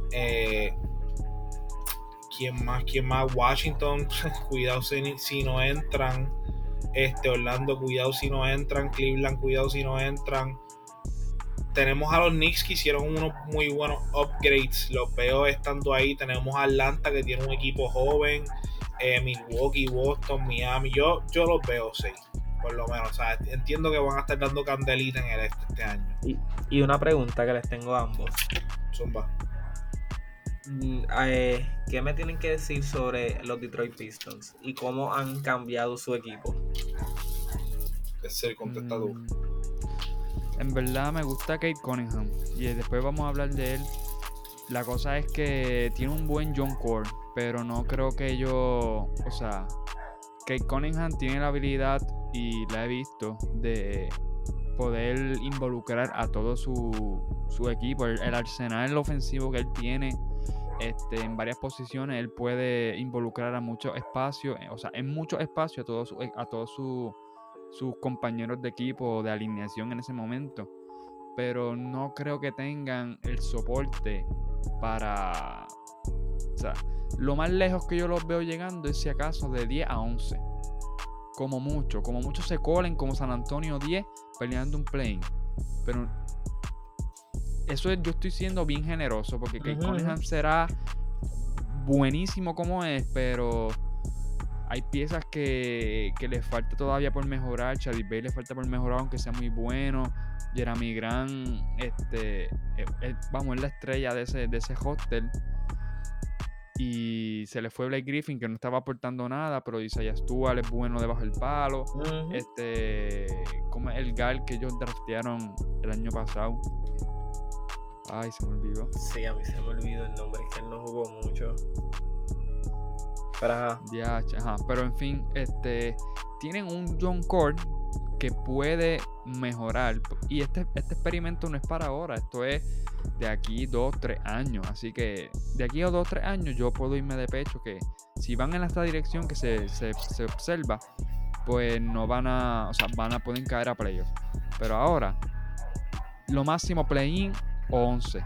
¿Quién más? Washington, cuidado si no entran. Orlando, cuidado si no entran. Cleveland, cuidado si no entran. Tenemos a los Knicks que hicieron unos muy buenos upgrades. Los veo estando ahí. Tenemos a Atlanta que tiene un equipo joven. Milwaukee, Boston, Miami. Yo los veo 6, por lo menos. O sea, entiendo que van a estar dando candelita en el este año. Y una pregunta que les tengo a ambos. Zumba. ¿Qué me tienen que decir sobre los Detroit Pistons y cómo han cambiado su equipo? Es el contestador. En verdad me gusta Kate Cunningham y después vamos a hablar de él. La cosa es que tiene un buen John Core, pero no creo que Kate Cunningham tiene la habilidad, y la he visto, de poder involucrar a todo su equipo. El arsenal ofensivo que él tiene en varias posiciones, él puede involucrar a muchos espacios, en muchos espacios a todos sus compañeros de equipo, de alineación en ese momento, pero no creo que tengan el soporte para... lo más lejos que yo los veo llegando es si acaso de 10 a 11. Como mucho se colen como San Antonio 10 peleando un play-in. Pero eso yo estoy siendo bien generoso, porque Kate Cunningham será buenísimo como es, pero hay piezas que le falta todavía por mejorar. Chadwick Bay le falta por mejorar, aunque sea muy bueno. Jeremy Grant, es la estrella de ese hostel. y se le fue Blake Griffin, que no estaba aportando nada, pero Isaiah Stewart es bueno debajo del palo. ¿Cómo es el guard que ellos draftearon el año pasado? Ay, se me olvidó. Sí, a mí se me olvidó el nombre, es que él no jugó mucho. Pero ajá. Pero en fin, tienen un John Cord que puede mejorar. Y este experimento no es para ahora, esto es de aquí 2-3 años. Así que de aquí a 2-3 años yo puedo irme de pecho que si van en esta dirección que se observa, pues no van a, o sea, pueden caer a playoffs. Pero ahora, lo máximo play-in o 11.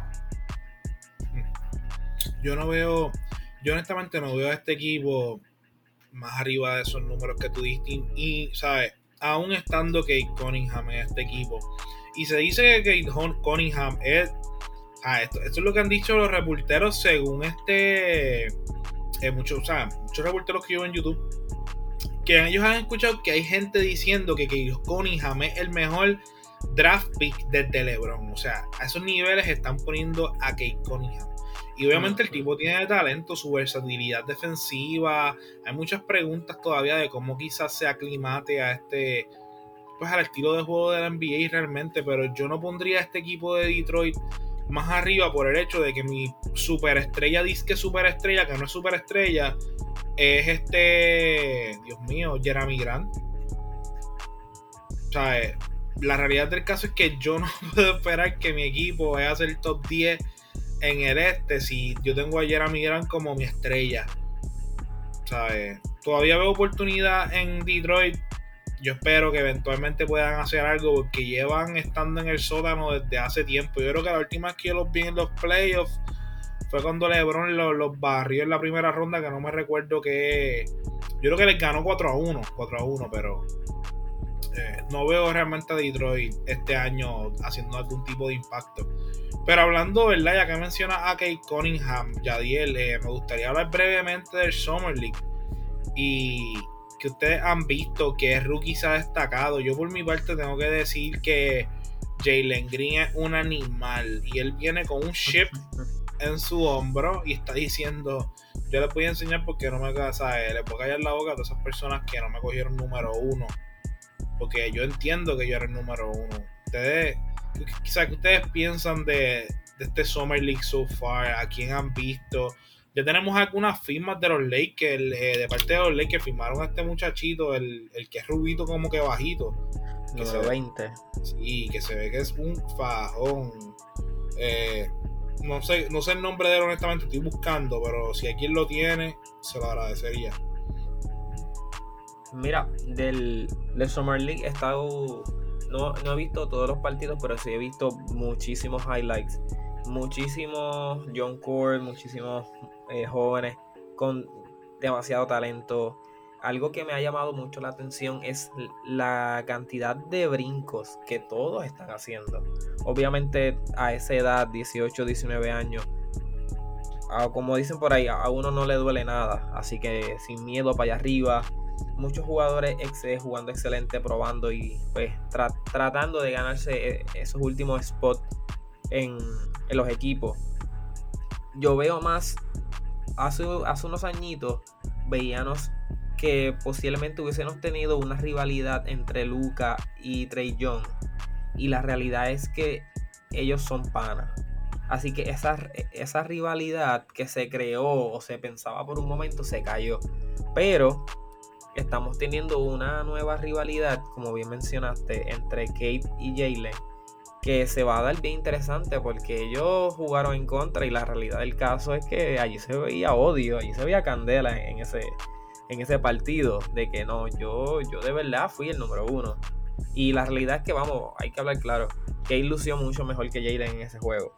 Yo honestamente no veo a este equipo más arriba de esos números que tú diste. Y, ¿sabes? Aún estando Kate Cunningham en este equipo. Y se dice que Kate Cunningham es... esto es lo que han dicho los reporteros según muchos reporteros que yo veo en YouTube. Que ellos han escuchado que hay gente diciendo que Kate Cunningham es el mejor draft pick desde LeBron. O sea, a esos niveles están poniendo a Kate Cunningham. Y obviamente el tipo tiene talento, su versatilidad defensiva. Hay muchas preguntas todavía de cómo quizás se aclimate a pues al estilo de juego de la NBA realmente. Pero yo no pondría a este equipo de Detroit más arriba por el hecho de que mi superestrella, disque superestrella, que no es superestrella, es Dios mío, Jerami Grant. O sea, la realidad del caso es que yo no puedo esperar que mi equipo vaya a ser top 10 en el si yo tengo a Jerami Grant como mi estrella. ¿Sabes? Todavía veo oportunidad en Detroit. Yo espero que eventualmente puedan hacer algo porque llevan estando en el sótano desde hace tiempo. Yo creo que la última vez que yo los vi en los playoffs fue cuando LeBron los barrió en la primera ronda, que no me recuerdo qué. Yo creo que les ganó 4-1, pero no veo realmente a Detroit este año haciendo algún tipo de impacto. Pero hablando, ¿verdad? Ya que mencionas a Kate Cunningham, Yadiel, me gustaría hablar brevemente del Summer League y que ustedes han visto que rookie se ha destacado. Yo por mi parte tengo que decir que Jalen Green es un animal y él viene con un chip en su hombro y está diciendo: yo les voy a enseñar porque no me ¿sabes? Les voy a callar la boca a todas esas personas que no me cogieron número 1, porque yo entiendo que yo era el número 1. Ustedes, quizás que ustedes piensan de este Summer League so far, a quién han visto. Ya tenemos algunas firmas de los Lakers, de parte de los Lakers firmaron a este muchachito, el que es rubito como que bajito, que número 20. Sí, que se ve que es un fajón. No sé el nombre de él, honestamente, estoy buscando, pero si alguien lo tiene, se lo agradecería. Mira, del Summer League he estado... No he visto todos los partidos, pero sí he visto muchísimos highlights. Muchísimos John Cord, muchísimos jóvenes con demasiado talento. Algo que me ha llamado mucho la atención es la cantidad de brincos que todos están haciendo. Obviamente a esa edad, 18, 19 años, como dicen por ahí, a uno no le duele nada. Así que sin miedo para allá arriba. Muchos jugadores jugando excelente, probando y pues tratando de ganarse esos últimos spots en los equipos. Yo veo más, hace unos añitos veíamos que posiblemente hubiésemos tenido una rivalidad entre Luka y Trae Young, y la realidad es que ellos son panas. Así que esa rivalidad que se creó o se pensaba por un momento se cayó, pero estamos teniendo una nueva rivalidad, como bien mencionaste, entre Kate y Jalen, que se va a dar bien interesante porque ellos jugaron en contra y la realidad del caso es que allí se veía odio, allí se veía candela en ese partido, de que no, yo de verdad fui el número 1. Y la realidad es que, vamos, hay que hablar claro, Kate lució mucho mejor que Jalen en ese juego.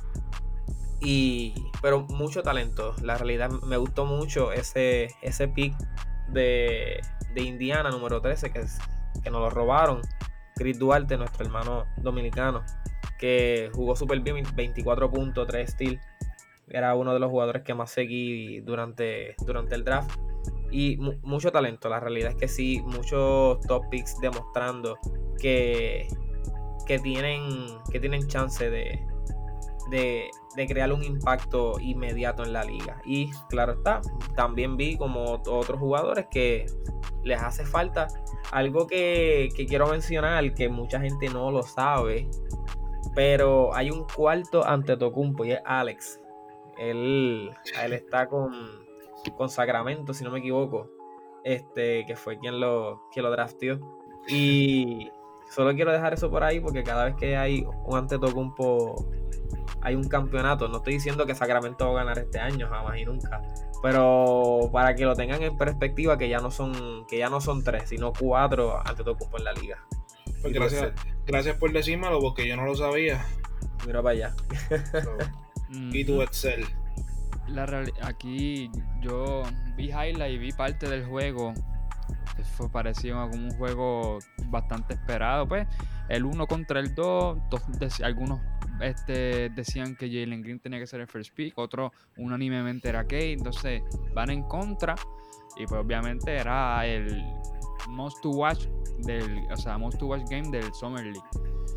Pero mucho talento. La realidad me gustó mucho ese pick de Indiana, número 13, que nos lo robaron. Chris Duarte, nuestro hermano dominicano, que jugó súper bien, 24 puntos, 3 steals. Era uno de los jugadores que más seguí durante el draft. Y mucho talento. La realidad es que sí, muchos top picks demostrando que tienen chance de crear un impacto inmediato en la liga. Y claro está, también vi como otros jugadores que les hace falta algo que quiero mencionar, que mucha gente no lo sabe, pero hay un cuarto Antetokounmpo y es Alex. Él está con Sacramento, si no me equivoco, que fue quien lo drafteó. Y solo quiero dejar eso por ahí porque cada vez que hay un Antetokounmpo hay un campeonato. No estoy diciendo que Sacramento va a ganar este año, jamás y nunca. Pero para que lo tengan en perspectiva, que ya no son 3, sino 4 Antetokounmpo en la liga. Pues gracias por decírmelo porque yo no lo sabía. Mira para allá. Y tu Excel. Aquí yo vi highlight y vi parte del juego. Parecía como un juego bastante esperado, pues. El 1 contra el 2, algunos decían que Jalen Green tenía que ser el first pick, otros unánimemente era Kate, entonces van en contra y pues obviamente era el most to watch game del Summer League.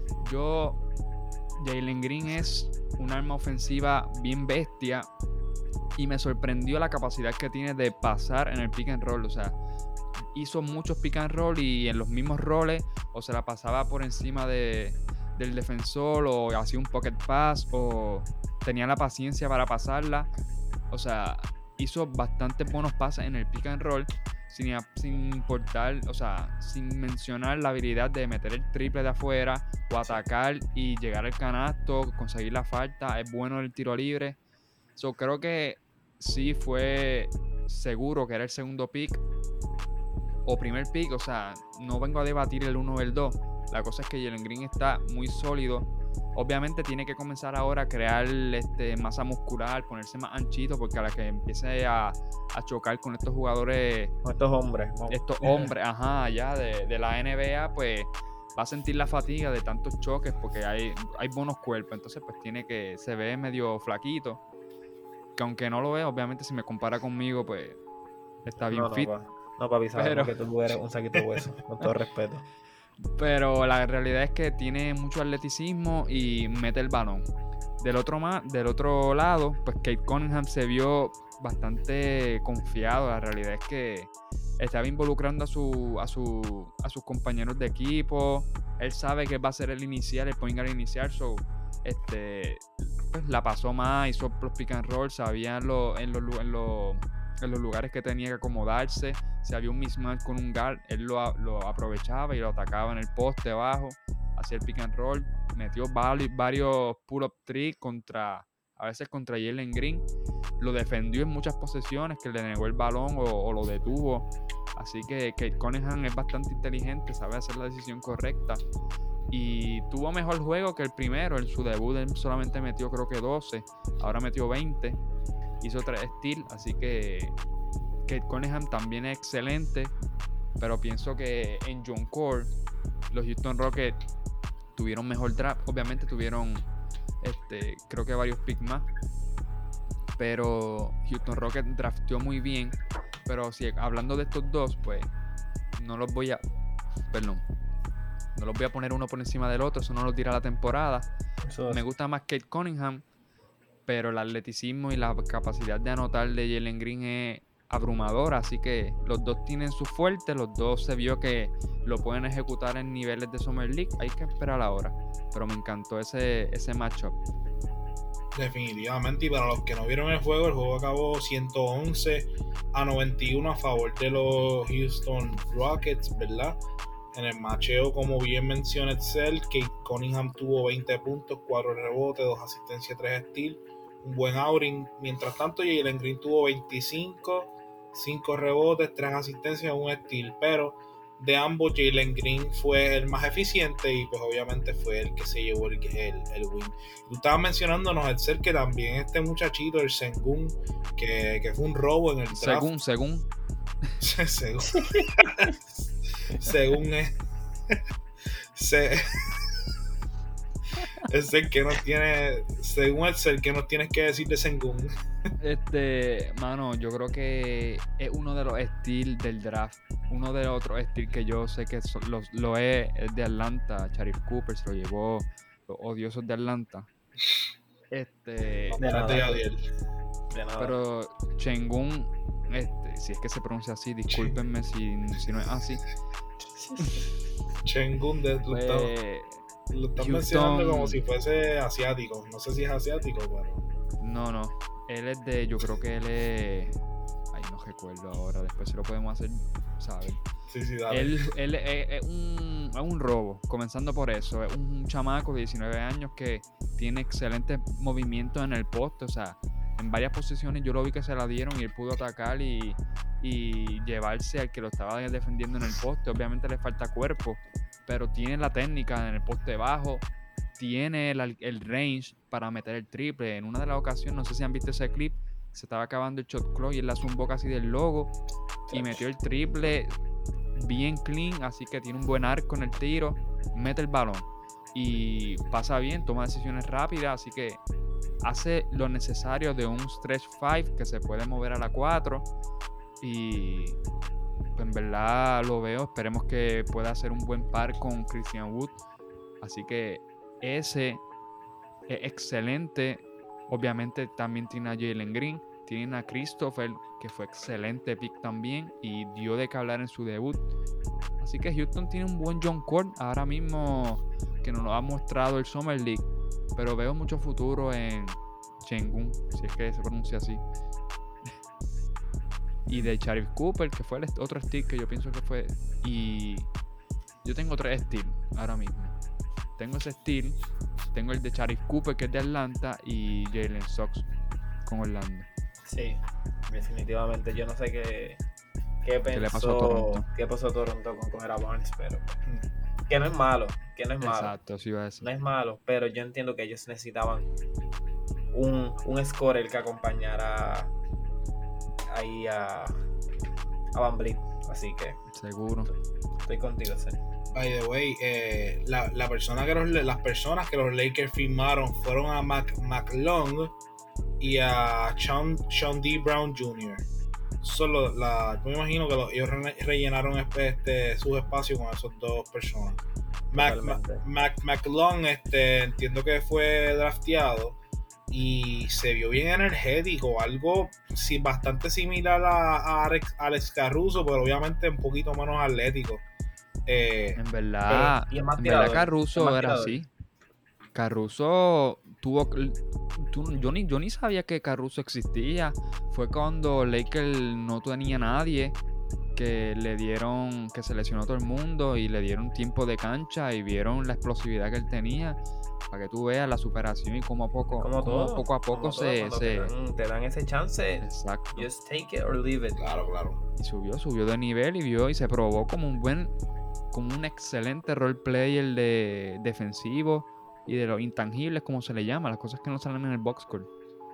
Jalen Green es un arma ofensiva bien bestia y me sorprendió la capacidad que tiene de pasar en el pick and roll, o sea, hizo muchos pick and roll y en los mismos roles o se la pasaba por encima del defensor o hacía un pocket pass o tenía la paciencia para pasarla, o sea, hizo bastantes buenos pases en el pick and roll sin importar, o sea, sin mencionar la habilidad de meter el triple de afuera o atacar y llegar al canasto, conseguir la falta, es bueno el tiro libre. Creo que sí fue seguro que era el segundo pick o primer pick, o sea, no vengo a debatir el 1 o el 2. La cosa es que Jalen Green está muy sólido. Obviamente tiene que comenzar ahora a crear masa muscular, ponerse más anchito, porque a la que empiece a chocar con estos jugadores, con estos hombres, ya de la NBA, pues va a sentir la fatiga de tantos choques, porque hay buenos cuerpos, entonces pues se ve medio flaquito, que aunque no lo ve, obviamente si me compara conmigo, pues está bien fit. No, papi, sabemos que tú eres un saquito de hueso, con todo respeto. Pero la realidad es que tiene mucho atleticismo y mete el balón. Del otro lado, pues Cade Cunningham se vio bastante confiado. La realidad es que estaba involucrando a sus compañeros de equipo. Él sabe que va a ser el point guard inicial. Pues la pasó más, hizo los pick and roll, sabía en los lugares que tenía que acomodarse. Si había un mismatch con un guard, él lo aprovechaba y lo atacaba en el poste abajo, hacía el pick and roll, metió varios pull-up tricks a veces contra Jalen Green, lo defendió en muchas posesiones que le negó el balón o lo detuvo, así que Cade Cunningham es bastante inteligente, sabe hacer la decisión correcta y tuvo mejor juego que el primero. En su debut él solamente metió creo que 12, ahora metió 20, hizo 3 steals, así que Cade Cunningham también es excelente, pero pienso que en John Core los Houston Rockets tuvieron mejor draft. Obviamente tuvieron creo que varios picks más, pero Houston Rockets drafteó muy bien. Pero si hablando de estos dos, pues no los voy a poner uno por encima del otro, eso no lo tira la temporada. Me gusta más Cade Cunningham, pero el atleticismo y la capacidad de anotar de Jalen Green es abrumadora, así que los dos tienen su fuerte, los dos se vio que lo pueden ejecutar en niveles de Summer League, hay que esperar ahora, pero me encantó ese matchup. Definitivamente, y para los que no vieron el juego acabó 111-91 a favor de los Houston Rockets, ¿verdad? En el macheo, como bien menciona Excel, Cade Cunningham tuvo 20 puntos, 4 rebotes, 2 asistencias, 3 steals, un buen outing. Mientras tanto, Jalen Green tuvo 25, 5 rebotes, 3 asistencias, 1 steal, pero de ambos Jalen Green fue el más eficiente y pues obviamente fue el que se llevó el win. Tú estabas mencionándonos el ser que también este muchachito, el Sengun, que fue un robo en el draft. Según es el que no tiene, según el ser que nos tienes que decir de Sengun. Mano, yo creo que es uno de los estilos del draft. Uno de los otros estilos que yo sé que lo es de Atlanta. Sharif Cooper se lo llevó los odiosos de Atlanta. Este, De nada. Espérate, Gadiel. De nada. pero Sengun, si es que se pronuncia así, discúlpenme si no es así. Sengun, Pues, lo estás Houston- mencionando como si fuese asiático. No sé si es asiático, pero. No. Él es de, yo creo que él es. Ay, no recuerdo ahora. Después si lo podemos hacer, ¿sabes? Sí, dale. Él es un robo, comenzando por eso. Es un chamaco de 19 años que tiene excelentes movimientos en el poste. O sea, en varias posiciones yo lo vi que se la dieron y él pudo atacar y llevarse al que lo estaba defendiendo en el poste. Obviamente le falta cuerpo, pero tiene la técnica en el poste bajo. Tiene el range para meter el triple. En una de las ocasiones, no sé si han visto ese clip, se estaba acabando el shot clock y él la zumbó casi del logo y metió el triple bien clean, así que tiene un buen arco en el tiro, mete el balón y pasa bien, toma decisiones rápidas, así que hace lo necesario de un stretch 5 que se puede mover a la 4 y pues, en verdad lo veo, esperemos que pueda hacer un buen par con Christian Wood, así que ese es excelente. Obviamente también tiene a Jalen Green, tienen a Christopher, que fue excelente pick también y dio de qué hablar en su debut. Así que Houston tiene un buen John Court ahora mismo que nos lo ha mostrado el Summer League, pero veo mucho futuro en Sengun, si es que se pronuncia así. Y de Sharif Cooper, que fue el otro steal que yo pienso que fue. Y yo tengo 3 steals ahora mismo. Tengo ese steal, tengo el de Sharif Cooper, que es de Atlanta, y Jalen Sox con Orlando. Sí, definitivamente. Yo no sé qué le pasó a Toronto? ¿Qué pasó a Toronto con coger a Barnes? Pero que no es malo. Exacto, sí va a decir. No es malo, pero yo entiendo que ellos necesitaban un scorer que acompañara ahí a Van Vliet. Así que Seguro. estoy contigo, Seth. By the way, las personas que los Lakers firmaron fueron a McLong y a Sean D. Brown Jr. Yo me imagino que ellos rellenaron sus espacios con esos dos personas. McLong, entiendo que fue drafteado y se vio bien energético, algo bastante similar a Alex Caruso, pero obviamente un poquito menos atlético. En verdad, Caruso era así. Caruso tuvo. Yo ni sabía que Caruso existía. Fue cuando Lakers no tenía nadie, que que se lesionó todo el mundo y le dieron tiempo de cancha y vieron la explosividad que él tenía. Para que tú veas la superación y cómo poco a poco te dan ese chance. Exacto. Just take it or leave it. Claro. Y subió de nivel y se probó como un excelente role player defensivo y de los intangibles, como se le llama, las cosas que no salen en el box score.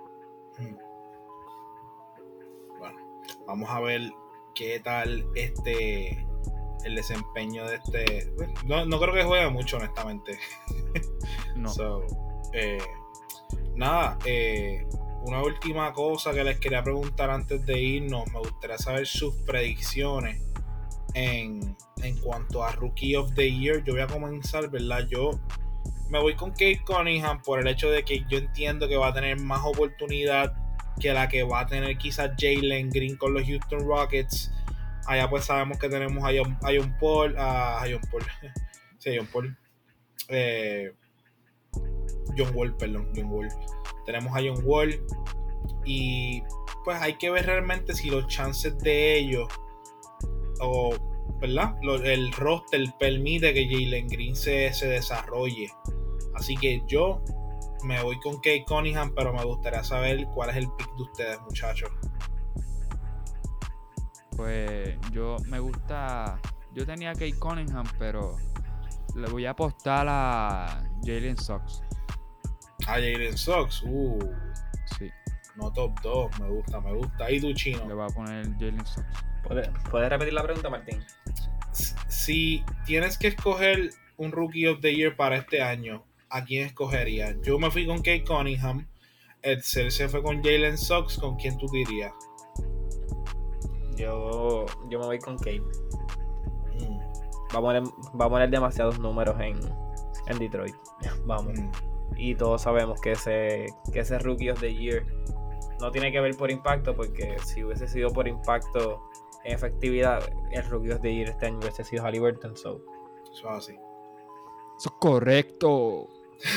Bueno, vamos a ver qué tal el desempeño de no creo que juegue mucho, honestamente. No. Una última cosa que les quería preguntar antes de irnos, me gustaría saber sus predicciones en cuanto a Rookie of the Year. Yo voy a comenzar, ¿verdad? Yo me voy con Cade Cunningham por el hecho de que yo entiendo que va a tener más oportunidad que la que va a tener quizás Jalen Green con los Houston Rockets. Allá pues sabemos que tenemos a John Paul. John Wall. Tenemos a John Wall. Y pues hay que ver realmente si los chances de ellos ¿verdad? El roster permite que Jalen Green se desarrolle. Así que yo me voy con Cade Cunningham, pero me gustaría saber cuál es el pick de ustedes, muchachos. Pues yo tenía a Cade Cunningham, pero le voy a apostar a Jalen Sox. A Jalen Sox, sí. No top 2, me gusta. ¿Y tú, Chino? Le voy a poner Jalen Sox. ¿Puedes repetir la pregunta, Martín? Si tienes que escoger un Rookie of the Year para este año, ¿a quién escogerías? Yo me fui con Cade Cunningham. Edsel se fue con Jalen Sox. ¿Con quién tú dirías? Yo me voy con Cade. Va a poner demasiados números en Detroit. Vamos. Y todos sabemos que ese Rookie of the Year no tiene que ver por impacto, porque si hubiese sido por impacto en efectividad, el Rookie of the Year este año hubiese sido Haliburton. Eso es así. Eso es correcto.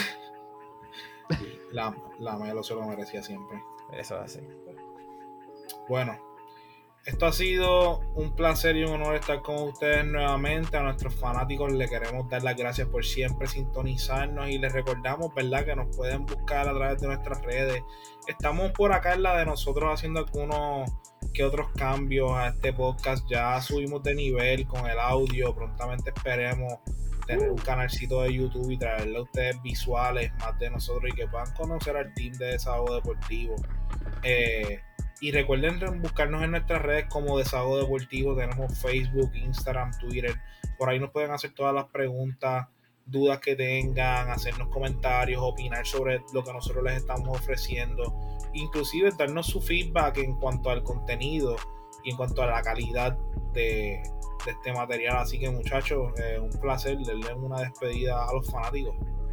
La Melo se lo merecía siempre. Eso es así. Bueno, esto ha sido un placer y un honor estar con ustedes nuevamente. A nuestros fanáticos les queremos dar las gracias por siempre sintonizarnos y les recordamos, ¿verdad?, que nos pueden buscar a través de nuestras redes. Estamos por acá en la de nosotros haciendo algunos que otros cambios a este podcast. Ya subimos de nivel con el audio. Prontamente esperemos tener un canalcito de YouTube y traerle a ustedes visuales más de nosotros y que puedan conocer al team de Desahogo Deportivo. Y recuerden buscarnos en nuestras redes como Desahogo Deportivo. Tenemos Facebook, Instagram, Twitter. Por ahí nos pueden hacer todas las preguntas, dudas que tengan, hacernos comentarios, opinar sobre lo que nosotros les estamos ofreciendo, inclusive darnos su feedback en cuanto al contenido y en cuanto a la calidad de este material. Así que, muchachos, un placer. Les den una despedida a los fanáticos.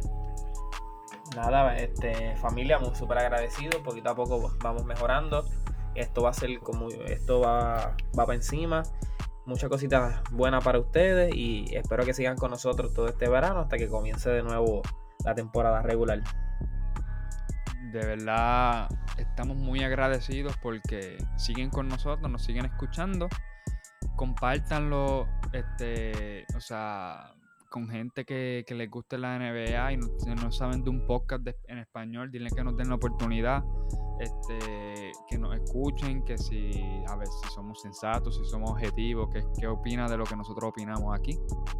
Nada, familia, muy súper agradecido. Poquito a poco vamos mejorando. Esto va a ser esto va para encima. Muchas cositas buenas para ustedes y espero que sigan con nosotros todo este verano hasta que comience de nuevo la temporada regular. De verdad estamos muy agradecidos porque siguen con nosotros, nos siguen escuchando. Compártanlo, o sea, con gente que les guste la NBA y no saben de un podcast en español. Dile que nos den la oportunidad, que nos escuchen, que a ver si somos sensatos, si somos objetivos, qué opina de lo que nosotros opinamos aquí.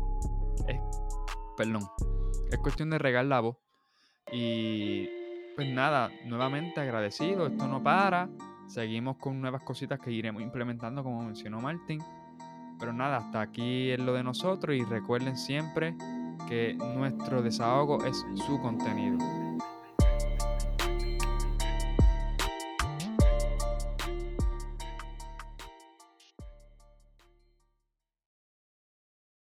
Es cuestión de regar la voz. Y pues nada, nuevamente agradecido, esto no para. Seguimos con nuevas cositas que iremos implementando, como mencionó Martín. Pero nada, hasta aquí es lo de nosotros y recuerden siempre que nuestro desahogo es su contenido.